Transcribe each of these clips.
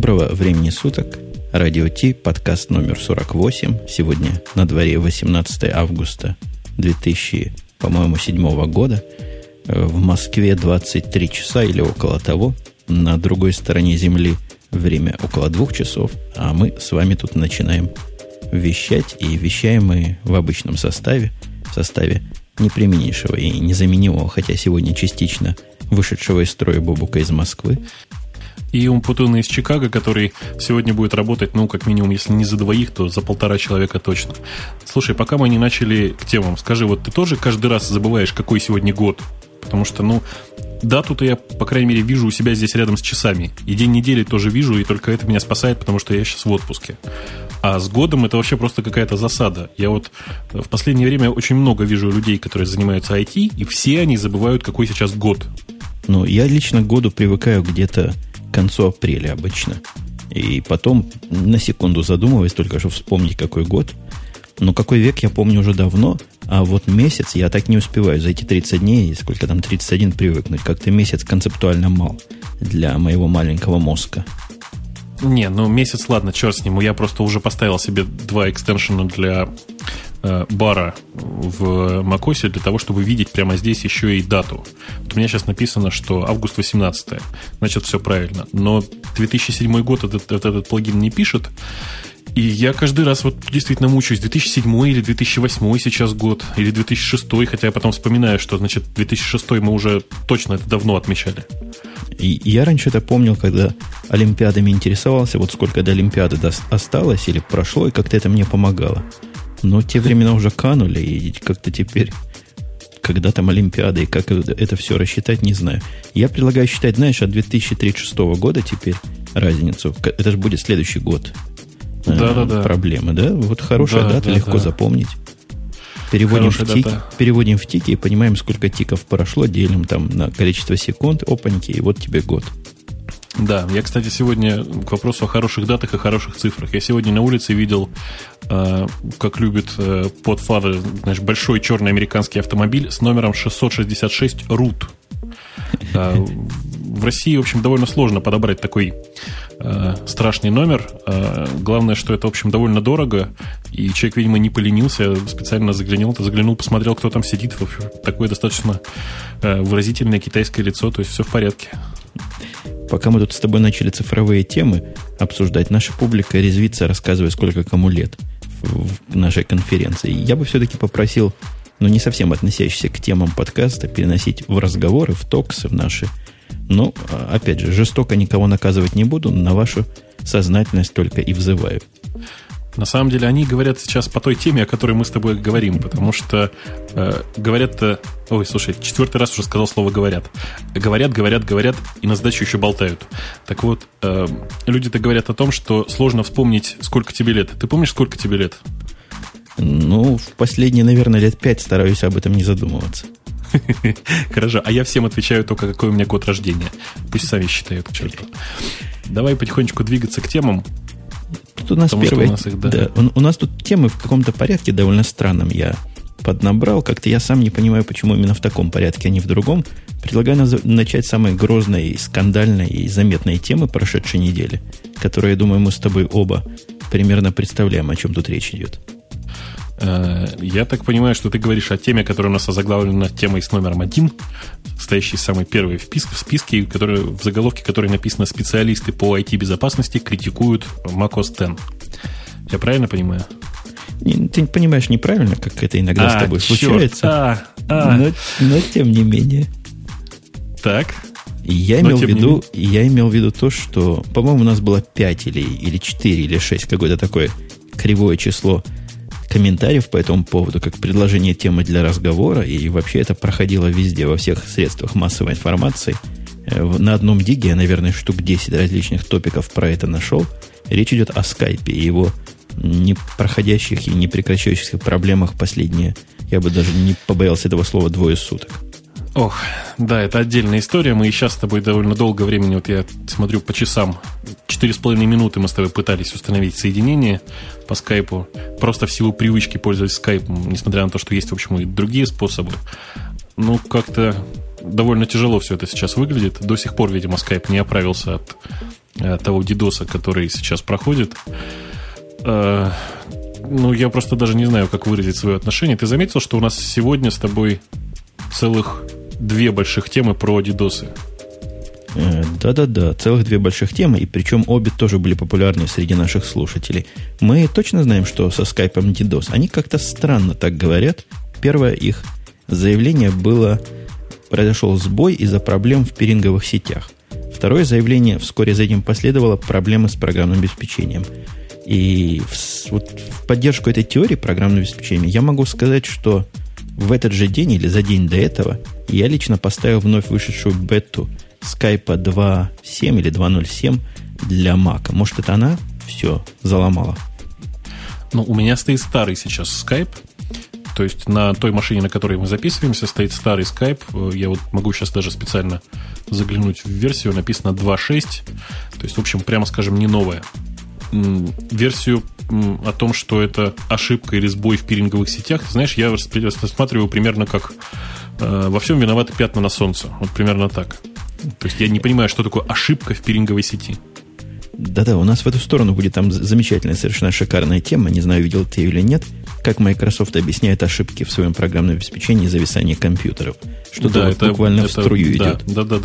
Доброго времени суток. Радио Ти, подкаст номер 48. Сегодня на дворе 18 августа 2007 года. В Москве 23 часа или около того. На другой стороне Земли время около 2 часов. А мы с вами тут начинаем вещать. И вещаем мы в обычном составе. В составе непременнейшего и незаменимого, хотя сегодня частично вышедшего из строя Бобука из Москвы. И Умпутуна из Чикаго, который сегодня будет работать, как минимум, если не за двоих, то за 1,5 человека точно. Слушай, пока мы не начали к темам, скажи, вот ты тоже каждый раз забываешь, какой сегодня год? Потому что, дату-то я, по крайней мере, вижу у себя здесь рядом с часами. И день недели тоже вижу, и только это меня спасает, потому что я сейчас в отпуске. А с годом это вообще просто какая-то засада. Я вот в последнее время очень много вижу людей, которые занимаются IT, и все они забывают, какой сейчас год. Я лично к году привыкаю где-то к концу апреля обычно. И потом на секунду задумываюсь, только что вспомнить, какой год. Какой век я помню уже давно, а вот месяц я так не успеваю за эти 30 дней, сколько там, 31 привыкнуть. Как-то месяц концептуально мал для моего маленького мозга. Месяц, ладно, черт с ним. Я просто уже поставил себе 2 экстеншена для бара в macOS для того, чтобы видеть прямо здесь еще и дату. Вот у меня сейчас написано, что август 18. Значит, все правильно. Но 2007 год этот плагин не пишет. И я каждый раз действительно мучаюсь. 2007 или 2008 сейчас год, или 2006, хотя я потом вспоминаю, что, значит, 2006 мы уже точно это давно отмечали. И я раньше это помнил, когда олимпиадами интересовался, сколько до олимпиады осталось или прошло, и как-то это мне помогало. Но те времена уже канули, и как-то теперь, когда там олимпиады, и как это все рассчитать, не знаю. Я предлагаю считать, от 2036 года теперь разницу. Это же будет следующий год. Да. Проблемы, да? Хорошая дата, легко запомнить. Переводим в тики и понимаем, сколько тиков прошло, делим там на количество секунд, опаньки, и вот тебе год. Да, я, кстати, сегодня к вопросу о хороших датах и хороших цифрах. Я сегодня на улице видел, как любит Podfather, большой черный американский автомобиль с номером 666 ROOT. В России, в общем, довольно сложно подобрать такой страшный номер. Главное, что это, в общем, довольно дорого. И человек, видимо, не поленился, специально заглянул, посмотрел, кто там сидит. В общем, такое достаточно выразительное китайское лицо, то есть все в порядке. Пока мы тут с тобой начали цифровые темы обсуждать, наша публика резвится, рассказывая, сколько кому лет в нашей конференции. Я бы все-таки попросил, не совсем относящиеся к темам подкаста, переносить в разговоры, в токсы в наши. Опять же, жестоко никого наказывать не буду, на вашу сознательность только и взываю. На самом деле, они говорят сейчас по той теме, о которой мы с тобой говорим, потому что говорят-то... Ой, слушай, 4-й раз уже сказал слово «говорят». Говорят, и на сдачу еще болтают. Так вот, люди-то говорят о том, что сложно вспомнить, сколько тебе лет. Ты помнишь, сколько тебе лет? В последние, наверное, лет 5 стараюсь об этом не задумываться. Хорошо, а я всем отвечаю только, какой у меня год рождения. Пусть сами считают, к черту. Давай потихонечку двигаться к темам. Тут у нас у нас тут темы в каком-то порядке довольно странном я поднабрал. Как-то я сам не понимаю, почему именно в таком порядке, а не в другом. Предлагаю начать с самой грозной, скандальной и заметной темы прошедшей недели, которую, я думаю, мы с тобой оба примерно представляем, о чем тут речь идет. Я так понимаю, что ты говоришь о теме, которая у нас озаглавлена темой с номером 1, стоящей самой первой в списке, в заголовке которой написано «Специалисты по IT-безопасности критикуют macOS X». Я правильно понимаю? Ты понимаешь неправильно, как это иногда с тобой случается. Но тем не менее. Так. Я имел в виду то, что, по-моему, у нас было 5 или 4 или 6, какое-то такое кривое число комментариев по этому поводу, как предложение темы для разговора, и вообще это проходило везде, во всех средствах массовой информации. На одном диге я, наверное, штук 10 различных топиков про это нашел. Речь идет о скайпе и его не проходящих и не прекращающихся проблемах последние, я бы даже не побоялся этого слова, 2 суток. Ох, да, это отдельная история. Мы и сейчас с тобой довольно долго времени, я смотрю по часам, 4,5 минуты мы с тобой пытались установить соединение по скайпу, просто в силу привычки пользоваться скайпом, несмотря на то, что есть, в общем, и другие способы. Как-то довольно тяжело все это сейчас выглядит. До сих пор, видимо, скайп не оправился от того DDoS, который сейчас проходит. Ну, я просто даже не знаю, как выразить свое отношение. Ты заметил, что у нас сегодня с тобой целых 2 больших темы про DDoS? Да-да-да, целых 2 больших темы, и причем обе тоже были популярны среди наших слушателей. Мы точно знаем, что со скайпом DDoS. Они как-то странно так говорят. Первое их заявление было: произошел сбой из-за проблем в пиринговых сетях. Второе заявление, вскоре за этим последовало: проблемы с программным обеспечением. И в поддержку этой теории программного обеспечения я могу сказать, что в этот же день или за день до этого я лично поставил вновь вышедшую бету Skype 2.7 или 2.0.7 для Mac. Может, это она все заломала? Ну, у меня стоит старый сейчас Skype. То есть на той машине, на которой мы записываемся, стоит старый Skype. Я вот могу сейчас даже специально заглянуть в версию. Написано 2.6. То есть, в общем, прямо скажем, не новая. Версию о том, что это ошибка или сбой в пиринговых сетях, ты знаешь, я рассматриваю примерно как во всем виноваты пятна на солнце. Вот примерно так. То есть я не понимаю, что такое ошибка в пиринговой сети. Да-да, у нас в эту сторону будет там замечательная, совершенно шикарная тема. Не знаю, видел ты ее или нет. Как Microsoft объясняет ошибки в своем программном обеспечении и зависание компьютеров. Что-то да, вот буквально в струю идет.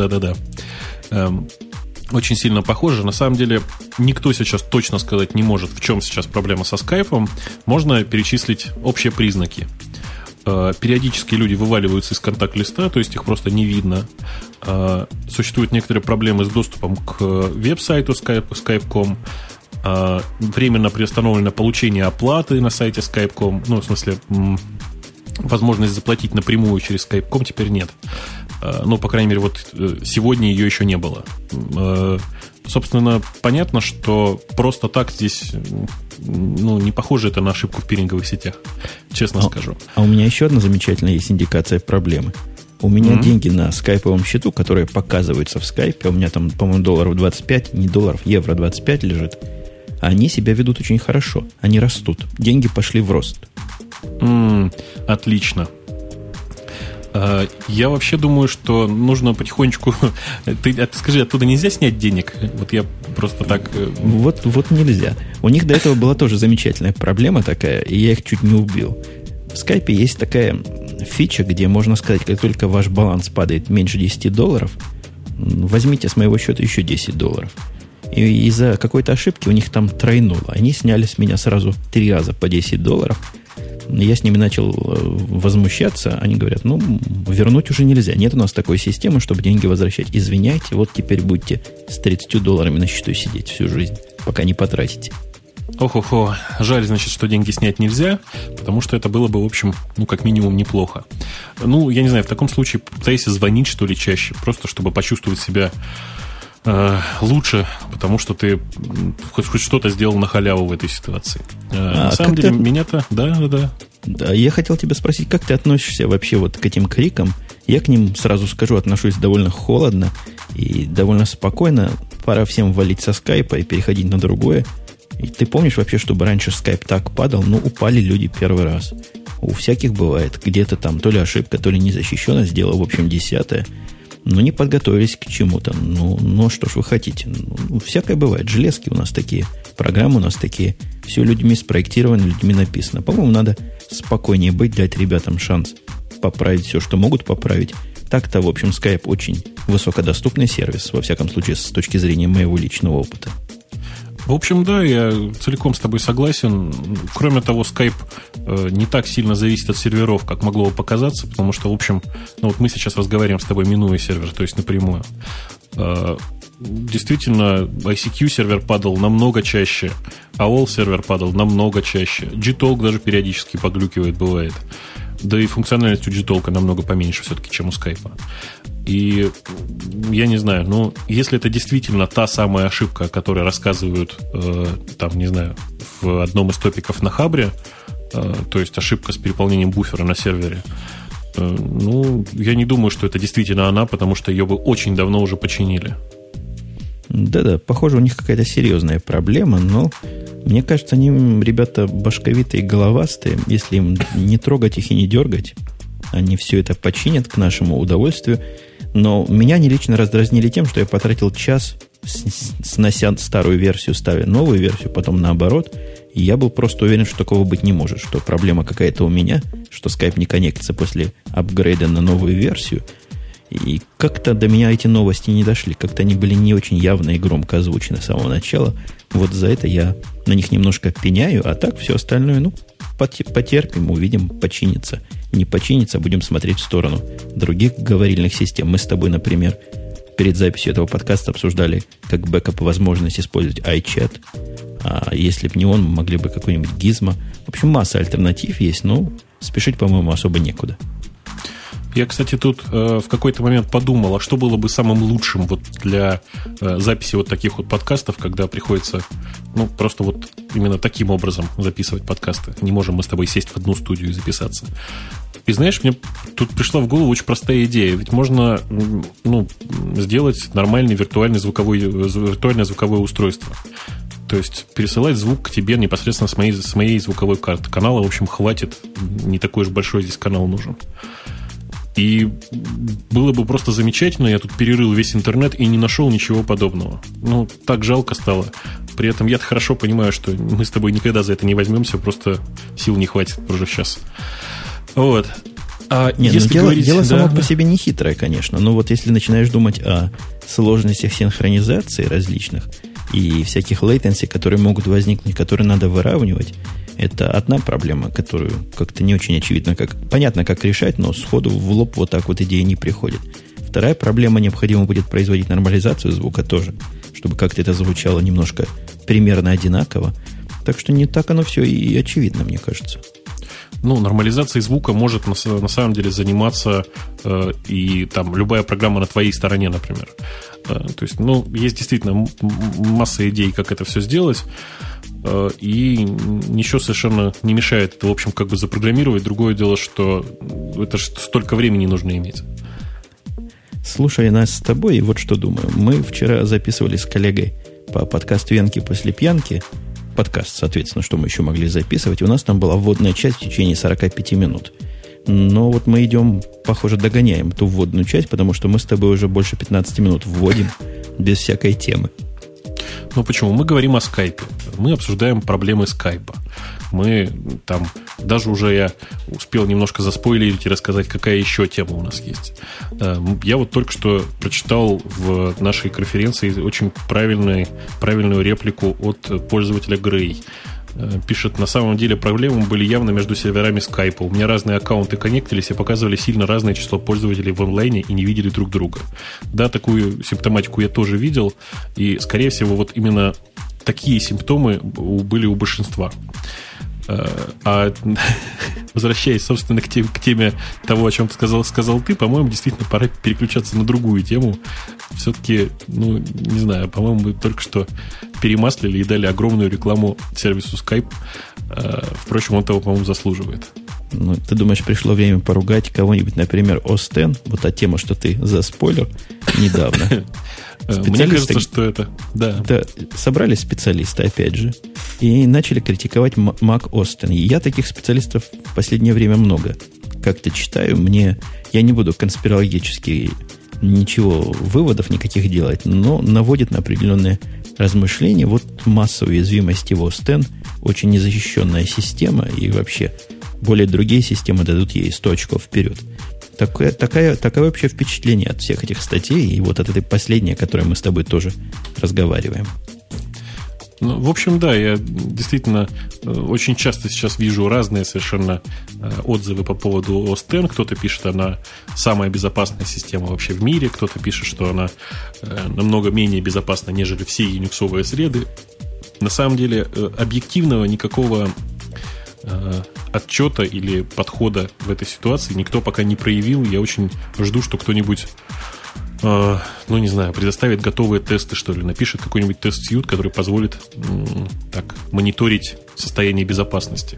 Да. Очень сильно похоже. На самом деле, никто сейчас точно сказать не может, в чем сейчас проблема со скайпом. Можно перечислить общие признаки. Периодически люди вываливаются из контакт-листа, то есть их просто не видно. Существуют некоторые проблемы с доступом к веб-сайту Skype.com. Временно приостановлено получение оплаты на сайте Skype.com. Ну, в смысле, возможность заплатить напрямую через Skype.com теперь нет. Ну, по крайней мере, вот сегодня ее еще не было. Собственно, понятно, что просто так здесь, ну, не похоже это на ошибку в пиринговых сетях, честно скажу. А у меня еще одна замечательная есть индикация проблемы. У меня деньги на скайповом счету, которые показываются в скайпе, у меня там, по-моему, долларов 25, не долларов, евро 25 лежит, они себя ведут очень хорошо, они растут, деньги пошли в рост. Отлично. Я вообще думаю, что нужно потихонечку... Ты скажи, оттуда нельзя снять денег? Вот я просто так... Вот нельзя. У них до этого была тоже замечательная проблема такая, и я их чуть не убил. В скайпе есть такая фича, где можно сказать, как только ваш баланс падает меньше $10, возьмите с моего счета еще $10. И из-за какой-то ошибки у них там тройнуло. Они сняли с меня сразу 3 раза по $10. Я с ними начал возмущаться. Они говорят, ну, вернуть уже нельзя. Нет у нас такой системы, чтобы деньги возвращать. Извиняйте, вот теперь будете с $30 на счету сидеть всю жизнь, пока не потратите. Ох-охо, жаль, значит, что деньги снять нельзя, потому что это было бы, в общем, ну, как минимум, неплохо. Ну, я не знаю, в таком случае пытайся звонить, что ли, чаще, просто чтобы почувствовать себя лучше, потому что ты хоть что-то сделал на халяву в этой ситуации. На самом деле, меня-то... Да. Да, я хотел тебя спросить, как ты относишься вообще вот к этим крикам? Я к ним, сразу скажу, отношусь довольно холодно и довольно спокойно. Пора всем валить со скайпа и переходить на другое. И ты помнишь вообще, чтобы раньше скайп так падал? Ну, упали люди первый раз. У всяких бывает. Где-то там то ли ошибка, то ли незащищенность сделала, в общем, 10-е. Ну, не подготовились к чему-то. Ну, что ж вы хотите? Ну, всякое бывает. Железки у нас такие, программы у нас такие. Все людьми спроектировано, людьми написано. По-моему, надо спокойнее быть, дать ребятам шанс поправить все, что могут поправить. Так-то, в общем, Skype очень высокодоступный сервис, во всяком случае, с точки зрения моего личного опыта. В общем, да, я целиком с тобой согласен. Кроме того, Skype не так сильно зависит от серверов, как могло бы показаться, потому что, в общем, ну вот мы сейчас разговариваем с тобой, минуя сервер, то есть напрямую. Действительно, ICQ сервер падал намного чаще, AOL сервер падал намного чаще, Gtalk даже периодически поглюкивает, бывает. Да и функциональность у Gtalk намного поменьше все-таки, чем у Skype. И я не знаю, но если это действительно та самая ошибка, о которой рассказывают, там, не знаю, в одном из топиков на Хабре, то есть ошибка с переполнением буфера на сервере, ну, я не думаю, что это действительно она, потому что ее бы очень давно уже починили. Да-да, похоже, у них какая-то серьезная проблема, но мне кажется, они, ребята, башковитые и головастые. Если им не трогать их и не дергать, они все это починят к нашему удовольствию. Но меня они лично раздразнили тем, что я потратил час, снося старую версию, ставя новую версию, потом наоборот. И я был просто уверен, что такого быть не может, что проблема какая-то у меня, что Skype не коннектится после апгрейда на новую версию. И как-то до меня эти новости не дошли. Как-то они были не очень явно и громко озвучены с самого начала. Вот за это я на них немножко пеняю, а так все остальное, потерпим, увидим, починится. Не починится, будем смотреть в сторону других говорильных систем. Мы с тобой, например, перед записью этого подкаста обсуждали, как бэкап возможность использовать iChat. А если бы не он, могли бы какой-нибудь Gizmo. В общем, масса альтернатив есть, но спешить, по-моему, особо некуда. Я, кстати, тут в какой-то момент подумал, а что было бы самым лучшим вот для записи вот таких вот подкастов, когда приходится, просто вот именно таким образом записывать подкасты. Не можем мы с тобой сесть в одну студию и записаться. И знаешь, мне тут пришла в голову очень простая идея. Ведь можно, сделать нормальное виртуальное звуковое устройство. То есть пересылать звук к тебе непосредственно с моей звуковой карты. Канала, в общем, хватит. Не такой уж большой здесь канал нужен. И было бы просто замечательно, я тут перерыл весь интернет и не нашел ничего подобного. Так жалко стало. При этом я-то хорошо понимаю, что мы с тобой никогда за это не возьмемся, просто сил не хватит уже сейчас. Вот. Дело само по себе не хитрое, конечно. Но вот если начинаешь думать о сложностях синхронизации различных и всяких latency, которые могут возникнуть, которые надо выравнивать, это одна проблема, которую как-то не очень очевидно, понятно, как решать, но сходу в лоб вот так вот идея не приходит. Вторая проблема, необходимо будет производить нормализацию звука тоже, чтобы как-то это звучало немножко примерно одинаково. Так что не так оно все и очевидно, мне кажется. Нормализацией звука может на самом деле заниматься и там любая программа на твоей стороне, например. То есть, есть действительно масса идей, как это все сделать, и ничего совершенно не мешает это, в общем, как бы запрограммировать. Другое дело, что это столько времени нужно иметь. Слушай нас с тобой, и вот что думаю. Мы вчера записывали с коллегой по подкасту «Янки после пьянки». Подкаст, соответственно, что мы еще могли записывать. У нас там была вводная часть в течение 45 минут. Но вот мы идем, похоже, догоняем ту вводную часть, потому что мы с тобой уже больше 15 минут вводим без всякой темы. Почему? Мы говорим о скайпе. Мы обсуждаем проблемы скайпа. Мы там, даже уже я успел немножко заспойлерить и рассказать, какая еще тема у нас есть. Я вот только что прочитал в нашей конференции очень правильную реплику от пользователя Грей. Пишет, на самом деле проблемы были явно между серверами скайпа. У меня разные аккаунты коннектились и показывали сильно разное число пользователей в онлайне и не видели друг друга. Да, такую симптоматику я тоже видел. И, скорее всего, вот именно такие симптомы были у большинства. А возвращаясь, собственно, к теме того, о чем ты сказал ты, по-моему, действительно пора переключаться на другую тему. Все-таки, не знаю, по-моему, мы только что перемаслили и дали огромную рекламу сервису Skype. Впрочем, он того, по-моему, заслуживает. Ты думаешь, пришло время поругать кого-нибудь, например, OS X? Вот та тема, что ты заспойлер недавно. Мне кажется, что это... Да, собрались специалисты, опять же, и начали критиковать Mac OS X. И я таких специалистов в последнее время много. Как-то читаю, я не буду конспирологически выводов никаких делать, но наводит на определенные размышления. Вот масса уязвимостей в OS X, очень незащищенная система, и вообще более другие системы дадут ей 100 очков вперед. Такое вообще впечатление от всех этих статей, и вот от этой последней, о которой мы с тобой тоже разговариваем. В общем, да, я действительно очень часто сейчас вижу разные совершенно отзывы по поводу OS X. Кто-то пишет, она самая безопасная система вообще в мире, кто-то пишет, что она намного менее безопасна, нежели все юниксовые среды. На самом деле, объективного никакого отчета или подхода в этой ситуации никто пока не проявил. Я очень жду, что кто-нибудь, не знаю, предоставит готовые тесты, что ли, напишет какой-нибудь тест-сьют, который позволит мониторить состояние безопасности.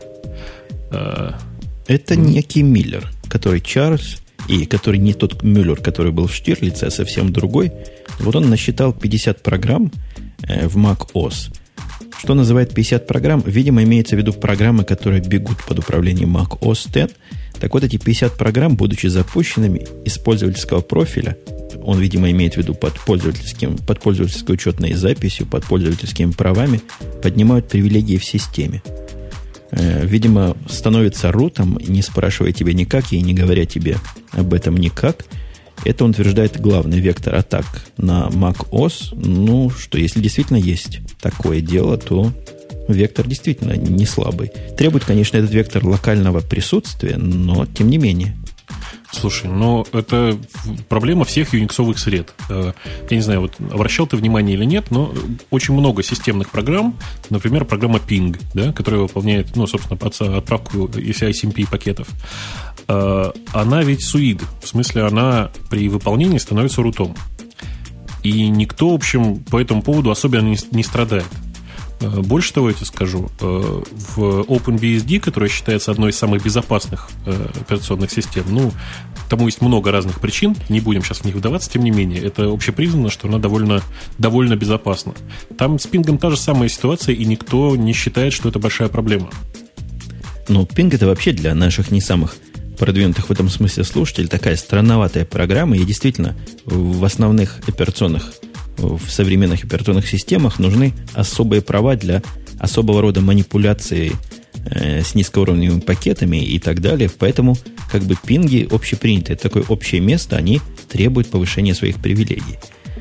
Это некий Миллер, который Чарльз, и который не тот Мюллер, который был в Штирлице, а совсем другой. Вот он насчитал 50 программ в Mac OS. Что называет 50 программ? Видимо, имеется в виду программы, которые бегут под управлением Mac OS X. Так вот, эти 50 программ, будучи запущенными из пользовательского профиля, он, видимо, имеет в виду под пользовательской учетной записью, под пользовательскими правами, поднимают привилегии в системе. Видимо, становится рутом, не спрашивая тебя никак и не говоря тебе об этом никак. Это он утверждает главный вектор атак на macOS. Ну, что если действительно есть такое дело, то вектор действительно не слабый. Требует, конечно, этот вектор локального присутствия, но тем не менее. Слушай, но это проблема всех юниксовых сред. Я не знаю, вот обращал ты внимание или нет, но очень много системных программ, например, программа Ping, да, которая выполняет, ну, собственно, отправку ECI-SMP пакетов. Она ведь суид, в смысле, она при выполнении становится рутом. И никто, в общем, по этому поводу особенно не страдает. Больше того, я тебе скажу, в OpenBSD, которая считается одной из самых безопасных операционных систем, ну, тому есть много разных причин, не будем сейчас в них вдаваться, тем не менее, это общепризнано, что она довольно безопасна. Там с пингом та же самая ситуация, и никто не считает, что это большая проблема. Ну, пинг это вообще для наших не самых продвинутых в этом смысле слушателей такая странноватая программа, и действительно в основных операционных в современных операционных системах нужны особые права для особого рода манипуляции с низкоуровневыми пакетами и так далее. Поэтому как бы пинги общепринятые. Это такое общее место, они требуют повышения своих привилегий.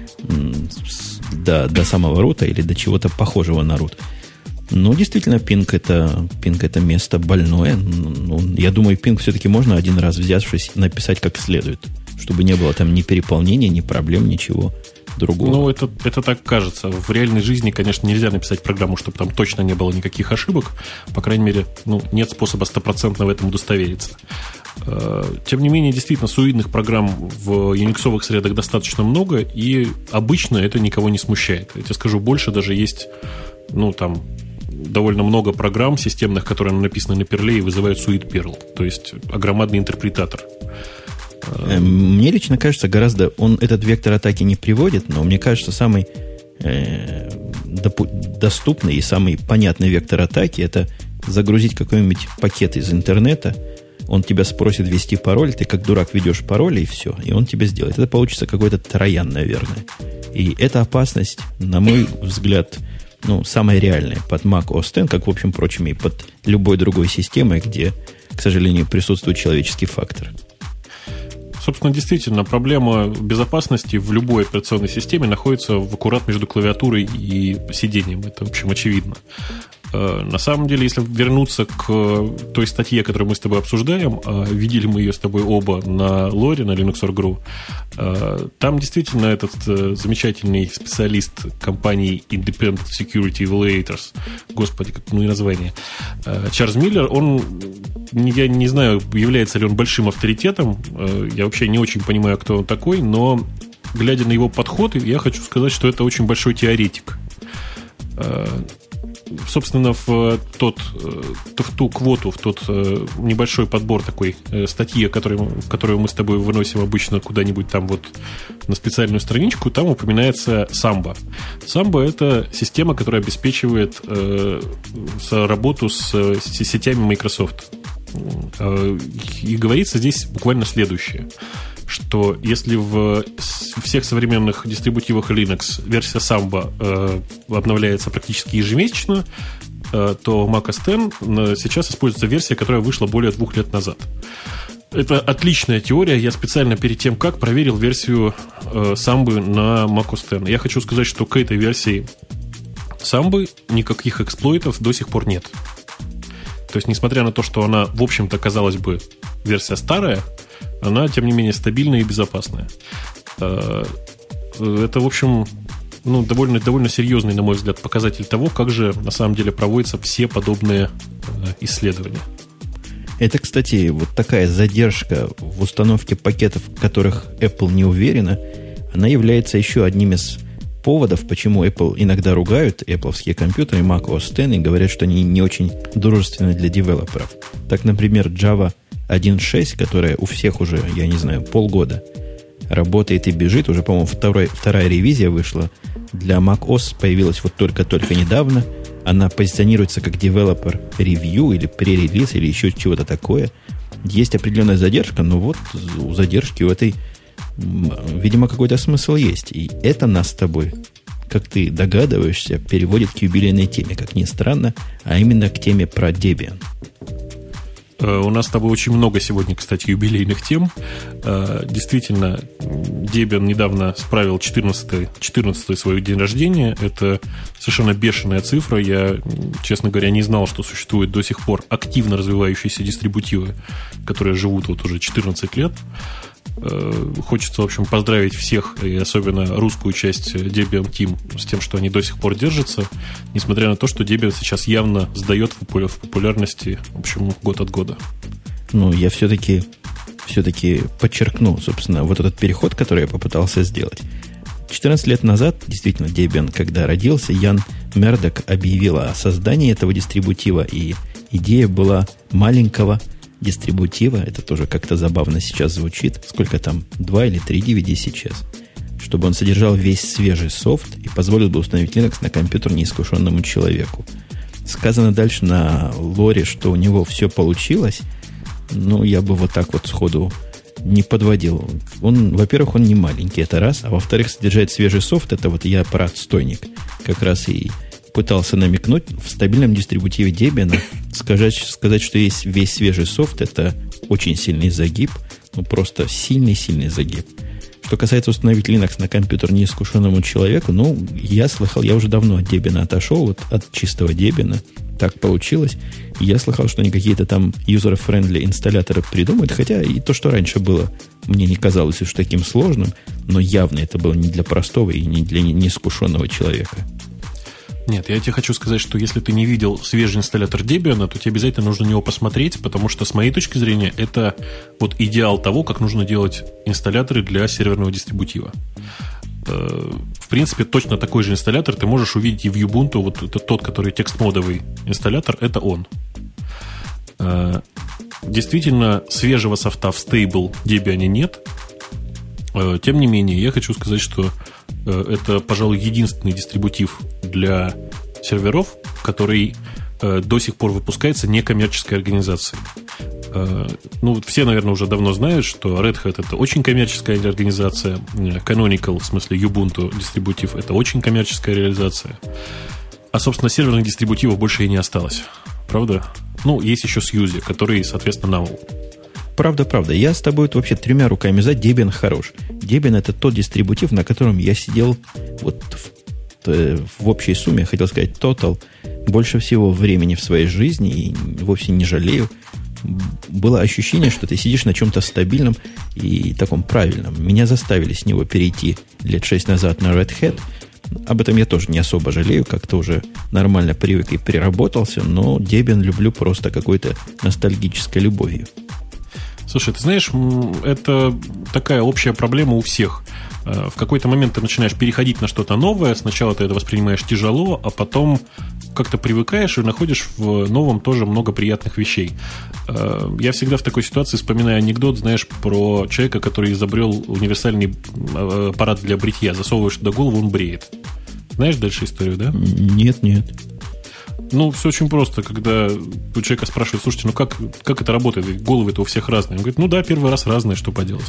До самого рута или до чего-то похожего на рут. Но действительно, пинг это место больное. Ну, я думаю, пинг все-таки можно один раз взявшись написать как следует, чтобы не было там ни переполнения, ни проблем, ничего другого. Ну, это так кажется. В реальной жизни, конечно, нельзя написать программу, чтобы там точно не было никаких ошибок. По крайней мере, ну, нет способа 100% в этом удостовериться. Тем не менее, действительно, суидных программ в юниксовых средах достаточно много, и обычно это никого не смущает. Я тебе скажу больше, даже есть, ну, там, довольно много программ системных, которые написаны на перле и вызывают суид перл, то есть огромадный интерпретатор. Мне лично кажется, гораздо он этот вектор атаки не приводит, но мне кажется, самый доступный и самый понятный вектор атаки это загрузить какой-нибудь пакет из интернета, он тебя спросит ввести пароль, ты как дурак введешь пароль и все, и он тебе сделает. Это получится какой-то троян, наверное. И эта опасность, на мой взгляд, ну, самая реальная под Mac OS X, как, в общем, прочим, и под любой другой системой, где, к сожалению, присутствует человеческий фактор. Собственно, действительно, проблема безопасности в любой операционной системе находится в аккурат между клавиатурой и сиденьем. Это, в общем, очевидно. На самом деле, если вернуться к той статье, которую мы с тобой обсуждаем, видели мы ее с тобой оба на Лоре, на Linuxorg.ru, там действительно этот замечательный специалист компании Independent Security Evaluators, господи, как ну и название, Чарльз Миллер, он, я не знаю, является ли он большим авторитетом, я вообще не очень понимаю, кто он такой, но глядя на его подход, я хочу сказать, что это очень большой теоретик. Собственно, в ту квоту, в тот небольшой подбор такой статьи, которую мы с тобой выносим обычно куда-нибудь там вот на специальную страничку, там упоминается Samba. Samba – это система, которая обеспечивает работу с сетями Microsoft. И говорится здесь буквально следующее, что если в всех современных дистрибутивах Linux версия Samba обновляется практически ежемесячно, то в Mac OS X сейчас используется версия, которая вышла более 2 лет назад. Это отличная теория. Я специально перед тем, как проверил версию Samba на Mac OS X. Я хочу сказать, что к этой версии Samba никаких эксплойтов до сих пор нет. То есть, несмотря на то, что она, в общем-то, казалось бы, версия старая, она, тем не менее, стабильная и безопасная. Это, в общем, ну, довольно серьезный, на мой взгляд, показатель того, как же, на самом деле, проводятся все подобные исследования. Это, кстати, вот такая задержка в установке пакетов, в которых Apple не уверена, она является еще одним из поводов, почему Apple иногда ругают Apple'овские компьютеры, Mac OS X, и говорят, что они не очень дружественны для девелоперов. Так, например, Java 1.6, которая у всех уже, я не знаю, полгода работает и бежит, уже, по-моему, вторая ревизия вышла, для macOS появилась вот только-только недавно. Она позиционируется как developer review или пререлиз, или еще чего-то такое. Есть определенная задержка, но вот у задержки у этой Видимо, какой-то смысл есть. И это нас с тобой, как ты догадываешься, переводит к юбилейной теме, как ни странно, а именно к теме про Debian. У нас с тобой очень много сегодня, кстати, юбилейных тем. Действительно, Debian недавно справил 14-й свой день рождения. Это совершенно бешеная цифра. Я, честно говоря, не знал, что существуют до сих пор активно развивающиеся дистрибутивы, которые живут вот уже 14 лет. Хочется, в общем, поздравить всех, и особенно русскую часть Debian Team, с тем, что они до сих пор держатся, несмотря на то, что Debian сейчас явно сдает в популярности, в общем, год от года. Ну, я все-таки подчеркну, собственно, вот этот переход, который я попытался сделать. 14 лет назад, действительно, Debian, когда родился, Ян Мердок объявил о создании этого дистрибутива, и идея была маленького дистрибутива, это тоже как-то забавно сейчас звучит, сколько там, 2 или 3 DVD сейчас, чтобы он содержал весь свежий софт и позволил бы установить Linux на компьютер неискушенному человеку. Сказано дальше на лоре, что у него все получилось, ну, я бы вот так вот сходу не подводил. Он, во-первых, он не маленький, это раз, а во-вторых, содержать свежий софт, это вот я про отстойник как раз и пытался намекнуть, в стабильном дистрибутиве Debian сказать, что есть весь свежий софт, это очень сильный загиб, ну просто сильный-сильный загиб. Что касается установить Linux на компьютер неискушенному человеку, ну, я слыхал, я уже давно от Debian отошел, вот от чистого Debian, так получилось. Я слыхал, что они какие-то там user-friendly инсталляторы придумают, хотя и то, что раньше было, мне не казалось уж таким сложным, но явно это было не для простого и не для неискушенного человека. Нет, я тебе хочу сказать, что если ты не видел свежий инсталлятор Debian, то тебе обязательно нужно на него посмотреть, потому что, с моей точки зрения, это вот идеал того, как нужно делать инсталляторы для серверного дистрибутива. В принципе, точно такой же инсталлятор ты можешь увидеть и в Ubuntu, вот это тот, который текст-модовый инсталлятор, это он. Действительно, свежего софта в Stable Debian нет. Тем не менее, я хочу сказать, что это, пожалуй, единственный дистрибутив для серверов, который до сих пор выпускается некоммерческой организацией. Ну, все, наверное, уже давно знают, что Red Hat — это очень коммерческая организация, Canonical, в смысле Ubuntu дистрибутив, это очень коммерческая реализация. А, собственно, серверных дистрибутивов больше и не осталось. Правда? Ну, есть еще SUSE, который, соответственно, Now. Правда. Я с тобой вообще 3 руками за. Debian хорош. Debian — это тот дистрибутив, на котором я сидел вот в общей сумме, хотел сказать, total, больше всего времени в своей жизни, и вовсе не жалею. Было ощущение, что ты сидишь на чем-то стабильном и таком правильном. Меня заставили с него перейти лет 6 назад на Red Hat. Об этом я тоже не особо жалею, как-то уже нормально привык и переработался, но Debian люблю просто какой-то ностальгической любовью. Слушай, ты знаешь, это такая общая проблема у всех. В какой-то момент ты начинаешь переходить на что-то новое. Сначала ты это воспринимаешь тяжело, а потом как-то привыкаешь и находишь в новом тоже много приятных вещей. Я всегда в такой ситуации вспоминаю анекдот, знаешь, про человека, который изобрел универсальный аппарат для бритья. Засовываешь туда голову, он бреет. Знаешь дальше историю, да? Нет. Ну, все очень просто. Когда у человека спрашивают, слушайте, ну как это работает? Головы-то у всех разные. Он говорит, ну да, первый раз разные, что поделать.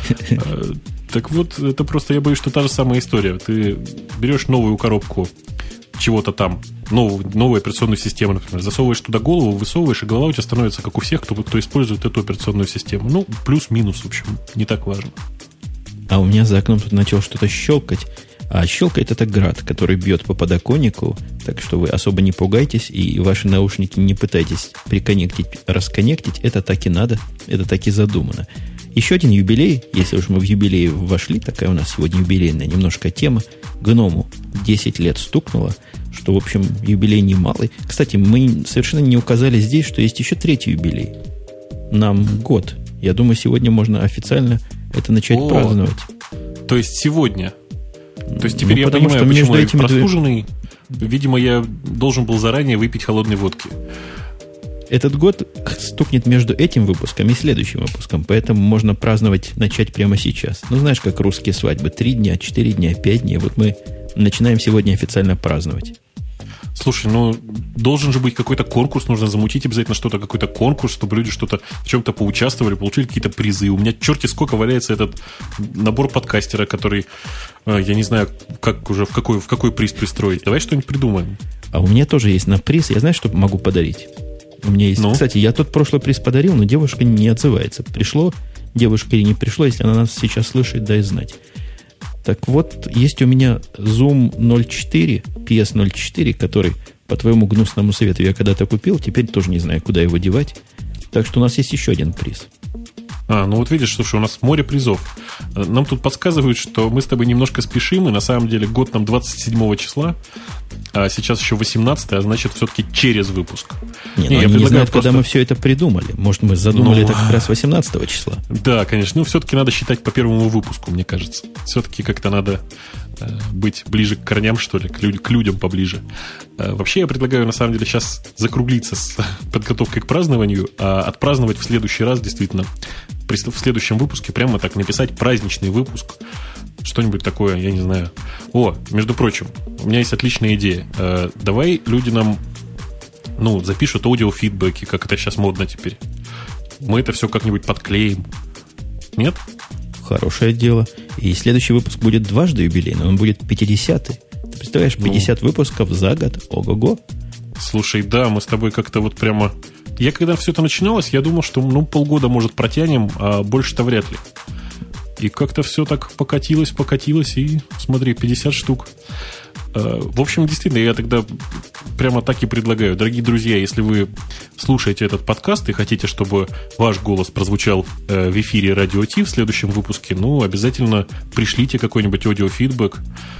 Так вот, это просто, я боюсь, что та же самая история. Ты берешь новую коробку чего-то там, новую операционную систему, например, засовываешь туда голову, высовываешь, и голова у тебя становится, как у всех, кто использует эту операционную систему. Ну, плюс-минус, в общем, не так важно. А у меня за окном тут начало что-то щелкать. А щелкает это град, который бьет по подоконнику, так что вы особо не пугайтесь, и ваши наушники не пытайтесь приконнектить, расконнектить. Это так и надо, это так и задумано. Еще один юбилей, если уж мы в юбилей вошли, такая у нас сегодня юбилейная немножко тема. Гному 10 лет стукнуло, что, в общем, юбилей немалый. Кстати, мы совершенно не указали здесь, что есть еще 3-й юбилей. Нам год. Я думаю, сегодня можно официально это начать праздновать. То есть сегодня? То есть теперь я понимаю, почему я простуженный. Видимо, я должен был заранее выпить холодной водки. Этот год стукнет между этим выпуском и следующим выпуском, поэтому можно праздновать, начать прямо сейчас. Ну, знаешь, как русские свадьбы. 3 дня, 4 дня, 5 дней. Вот мы начинаем сегодня официально праздновать. Слушай, ну, должен же быть какой-то конкурс, нужно замутить обязательно что-то, какой-то конкурс, чтобы люди что-то в чем-то поучаствовали, получили какие-то призы. У меня черти сколько валяется этот набор подкастера, который, я не знаю, как уже, в какой приз пристроить. Давай что-нибудь придумаем. А у меня тоже есть на приз. Я знаю, что могу подарить. У меня есть... Ну? Кстати, я тот прошлый приз подарил, но девушка не отзывается. Пришло девушка или не пришло, если она нас сейчас слышит, дай знать. Так вот, есть у меня Zoom 04, PS04, который по твоему гнусному совету я когда-то купил, теперь тоже не знаю, куда его девать. Так что у нас есть еще один приз. Ну вот видишь, слушай, у нас море призов. Нам тут подсказывают, что мы с тобой немножко спешим, и на самом деле год нам 27 числа, а сейчас еще 18, а значит, все-таки через выпуск. Я не знаю, когда мы все это придумали. Может, мы задумали это как раз 18 числа. Да, конечно. Ну, все-таки надо считать по первому выпуску, мне кажется. Все-таки как-то надо быть ближе к корням, что ли, к людям поближе. Вообще, я предлагаю, на самом деле, сейчас закруглиться с подготовкой к празднованию, а отпраздновать в следующий раз, действительно, в следующем выпуске прямо так написать праздничный выпуск. Что-нибудь такое, я не знаю. Между прочим, у меня есть отличная идея. Давай люди нам, запишут аудиофидбэки, как это сейчас модно теперь. Мы это все как-нибудь подклеим. Нет? Хорошее дело. И следующий выпуск будет дважды юбилейный. Он будет 50-й. Ты представляешь, 50 выпусков за год? Ого-го. Слушай, да, мы с тобой как-то вот прямо... Я когда все это начиналось, я думал, что полгода, может, протянем, а больше-то вряд ли. И как-то все так покатилось, и, смотри, 50 штук. В общем, действительно, я тогда прямо так и предлагаю. Дорогие друзья, если вы слушаете этот подкаст и хотите, чтобы ваш голос прозвучал в эфире Радио Ти в следующем выпуске, обязательно пришлите какой-нибудь аудиофидбэк.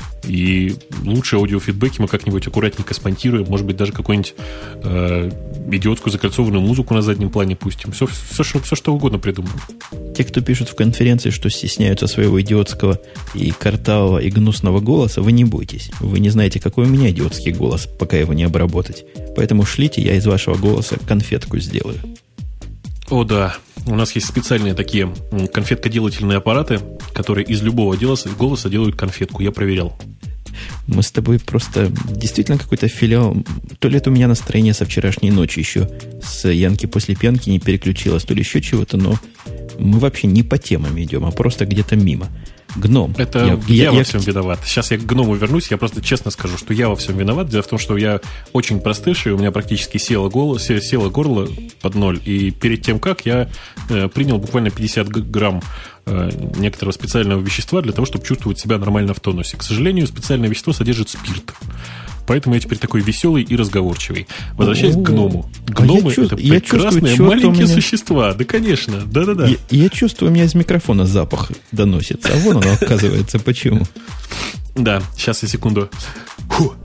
И лучшие аудиофидбэки мы как-нибудь аккуратненько спонтируем. Может быть, даже какую-нибудь идиотскую закольцованную музыку на заднем плане пустим. Все, что угодно придумаем. Те, кто пишут в конференции, что стесняются своего идиотского и картавого и гнусного голоса, вы не бойтесь. Вы не знаете, какой у меня идиотский голос, пока его не обработать. Поэтому шлите, я из вашего голоса конфетку сделаю. О, да. У нас есть специальные такие конфеткоделательные аппараты, которые из любого голоса делают конфетку. Я проверял. Мы с тобой просто действительно какой-то филиал. То ли это у меня настроение со вчерашней ночи еще с Янки после пьянки не переключилось, то ли еще чего-то, но мы вообще не по темам идем, а просто где-то мимо. Гном. Это я во всем виноват. Сейчас я к гному вернусь, я просто честно скажу, что я во всем виноват. Дело в том, что я очень простыший, у меня практически село горло под ноль. И перед тем, как я принял буквально 50 грамм некоторого специального вещества для того, чтобы чувствовать себя нормально в тонусе. К сожалению, специальное вещество содержит спирт. Поэтому я теперь такой веселый и разговорчивый. Возвращаясь к гному. Гномы – это прекрасные маленькие существа. Да, конечно. Да-да-да. Я чувствую, у меня из микрофона запах доносится. А вон оно, оказывается, почему. Да, сейчас я секунду. Фу.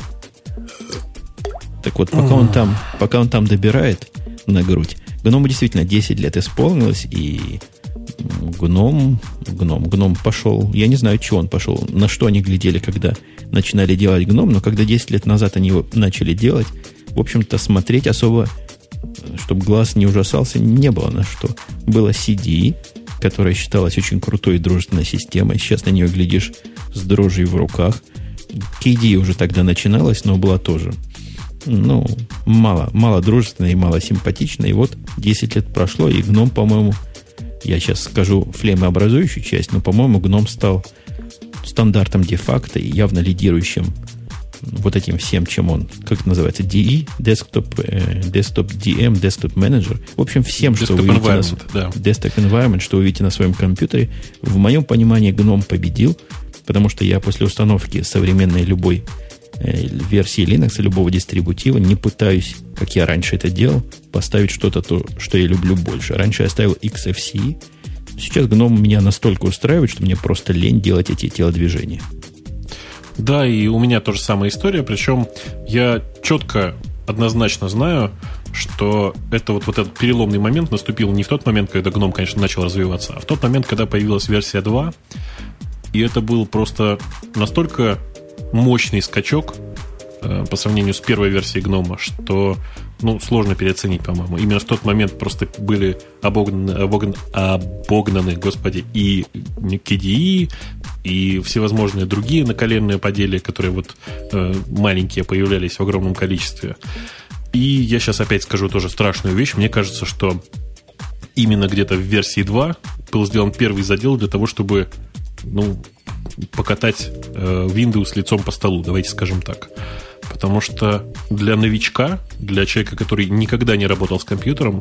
Так вот, пока он там добирает на грудь, гному действительно 10 лет исполнилось, и гном пошел. Я не знаю, чего он пошел, на что они глядели, когда начинали делать гном, но когда 10 лет назад они его начали делать, в общем-то, смотреть особо, чтобы глаз не ужасался, не было на что. Было CD, которая считалась очень крутой и дружественной системой. Сейчас на нее глядишь с дрожью в руках. KDE уже тогда начиналась, но была тоже мало дружественная и мало симпатичная. И вот 10 лет прошло, и гном, по-моему, я сейчас скажу флеймообразующую часть, но, по-моему, гном стал стандартом де-факто и явно лидирующим вот этим всем, чем он, как это называется, DE, Desktop DM, Desktop Manager. В общем, всем, что вы видите Desktop Environment, что вы видите на своем компьютере. В моем понимании гном победил, потому что я после установки современной любой версии Linux, любого дистрибутива, не пытаюсь, как я раньше это делал, поставить что-то, что я люблю больше. Раньше я ставил XFCE. Сейчас гном меня настолько устраивает, что мне просто лень делать эти телодвижения. Да, и у меня тоже самая история. Причем я четко, однозначно знаю, что это вот этот переломный момент наступил не в тот момент, когда гном, конечно, начал развиваться, а в тот момент, когда появилась версия 2. И это был просто настолько мощный скачок по сравнению с первой версией гнома, что сложно переоценить, по-моему. Именно в тот момент просто были обогнаны, господи, и KDE, и всевозможные другие наколенные поделия, которые вот маленькие появлялись в огромном количестве. И я сейчас опять скажу тоже страшную вещь. Мне кажется, что именно где-то в версии 2 был сделан первый задел для того, чтобы покатать Windows лицом по столу, давайте скажем так. Потому что для новичка, для человека, который никогда не работал с компьютером,